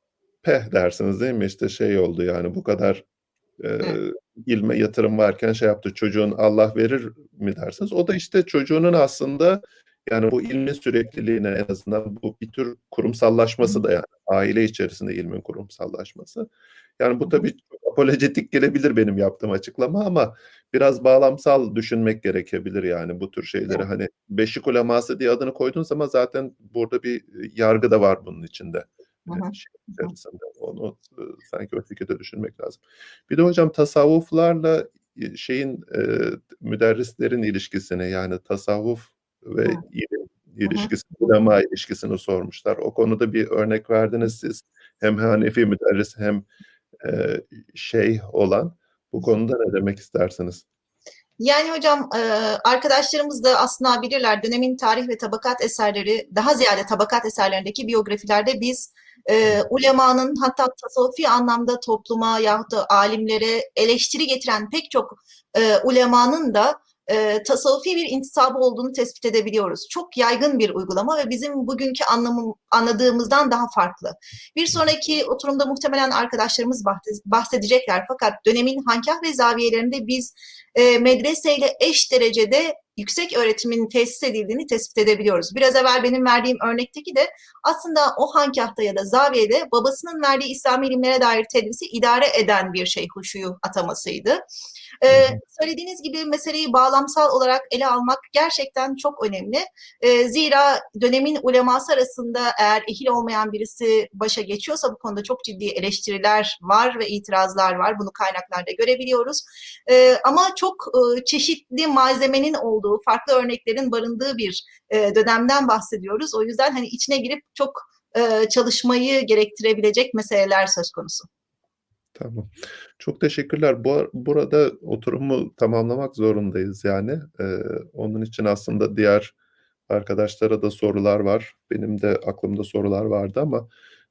peh dersiniz değil mi? İşte şey oldu yani, bu kadar e, ilme yatırım varken şey yaptı, çocuğun Allah verir mi dersiniz? O da işte çocuğunun aslında yani bu ilmin sürekliliğine, en azından bu bir tür kurumsallaşması da, yani aile içerisinde ilmin kurumsallaşması. Yani bu tabii çok apolojetik gelebilir benim yaptığım açıklama ama biraz bağlamsal düşünmek gerekebilir yani bu tür şeyleri. Evet. Hani beşik uleması diye adını koyduğun zaman zaten burada bir yargı da var bunun içinde. Yani şey içerisinde. Onu e, sanki o şekilde düşünmek lazım. Bir de hocam tasavvuflarla şeyin e, müderrislerin ilişkisini, yani tasavvuf ve Hı. ilim ilişkisini, ulema ilişkisini sormuşlar. O konuda bir örnek verdiniz siz. Hem Hanefi müderris hem e, şeyh olan. Bu konuda ne demek istersiniz? Yani hocam arkadaşlarımız da aslında bilirler, dönemin tarih ve tabakat eserleri, daha ziyade tabakat eserlerindeki biyografilerde biz e, ulemanın hatta tasavvufi anlamda topluma yahut da alimlere eleştiri getiren pek çok e, ulemanın da e, tasavvufi bir intisabı olduğunu tespit edebiliyoruz. Çok yaygın bir uygulama ve bizim bugünkü anlamı, anladığımızdan daha farklı. Bir sonraki oturumda muhtemelen arkadaşlarımız bahsedecekler, fakat dönemin hankâh ve zaviyelerinde biz e, medreseyle eş derecede yüksek öğretimin tesis edildiğini tespit edebiliyoruz. Biraz evvel benim verdiğim örnekteki de aslında o hankâhta ya da zaviyede babasının verdiği İslami ilimlere dair tedrisi idare eden bir şeyh Huşu'yu atamasıydı. Ee, söylediğiniz gibi meseleyi bağlamsal olarak ele almak gerçekten çok önemli. Ee, zira dönemin uleması arasında eğer ehil olmayan birisi başa geçiyorsa bu konuda çok ciddi eleştiriler var ve itirazlar var. Bunu kaynaklarda görebiliyoruz. Ee, ama çok e, çeşitli malzemenin olduğu, farklı örneklerin barındığı bir e, dönemden bahsediyoruz. O yüzden hani içine girip çok e, çalışmayı gerektirebilecek meseleler söz konusu. Tamam. Çok teşekkürler. Bu, burada oturumu tamamlamak zorundayız yani. Ee, onun için aslında diğer arkadaşlara da sorular var. Benim de aklımda sorular vardı ama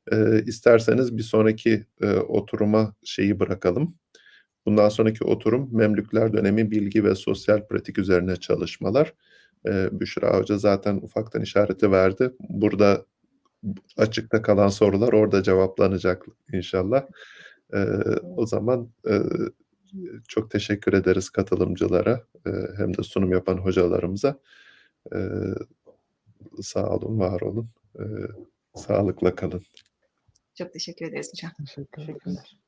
Eee, isterseniz bir sonraki, eee, oturuma şeyi bırakalım. Bundan sonraki oturum Memlükler Dönemi Bilgi ve Sosyal Pratik üzerine çalışmalar. Eee, Büşra Hoca zaten ufaktan işareti verdi. Burada açıkta kalan sorular orada cevaplanacak inşallah. Eee, o zaman, eee, çok teşekkür ederiz katılımcılara, eee, hem de sunum yapan hocalarımıza. Eee, sağ olun, var olun. Eee, sağlıkla kalın. Çok teşekkür ederiz hocam. Teşekkür ederim. Teşekkürler.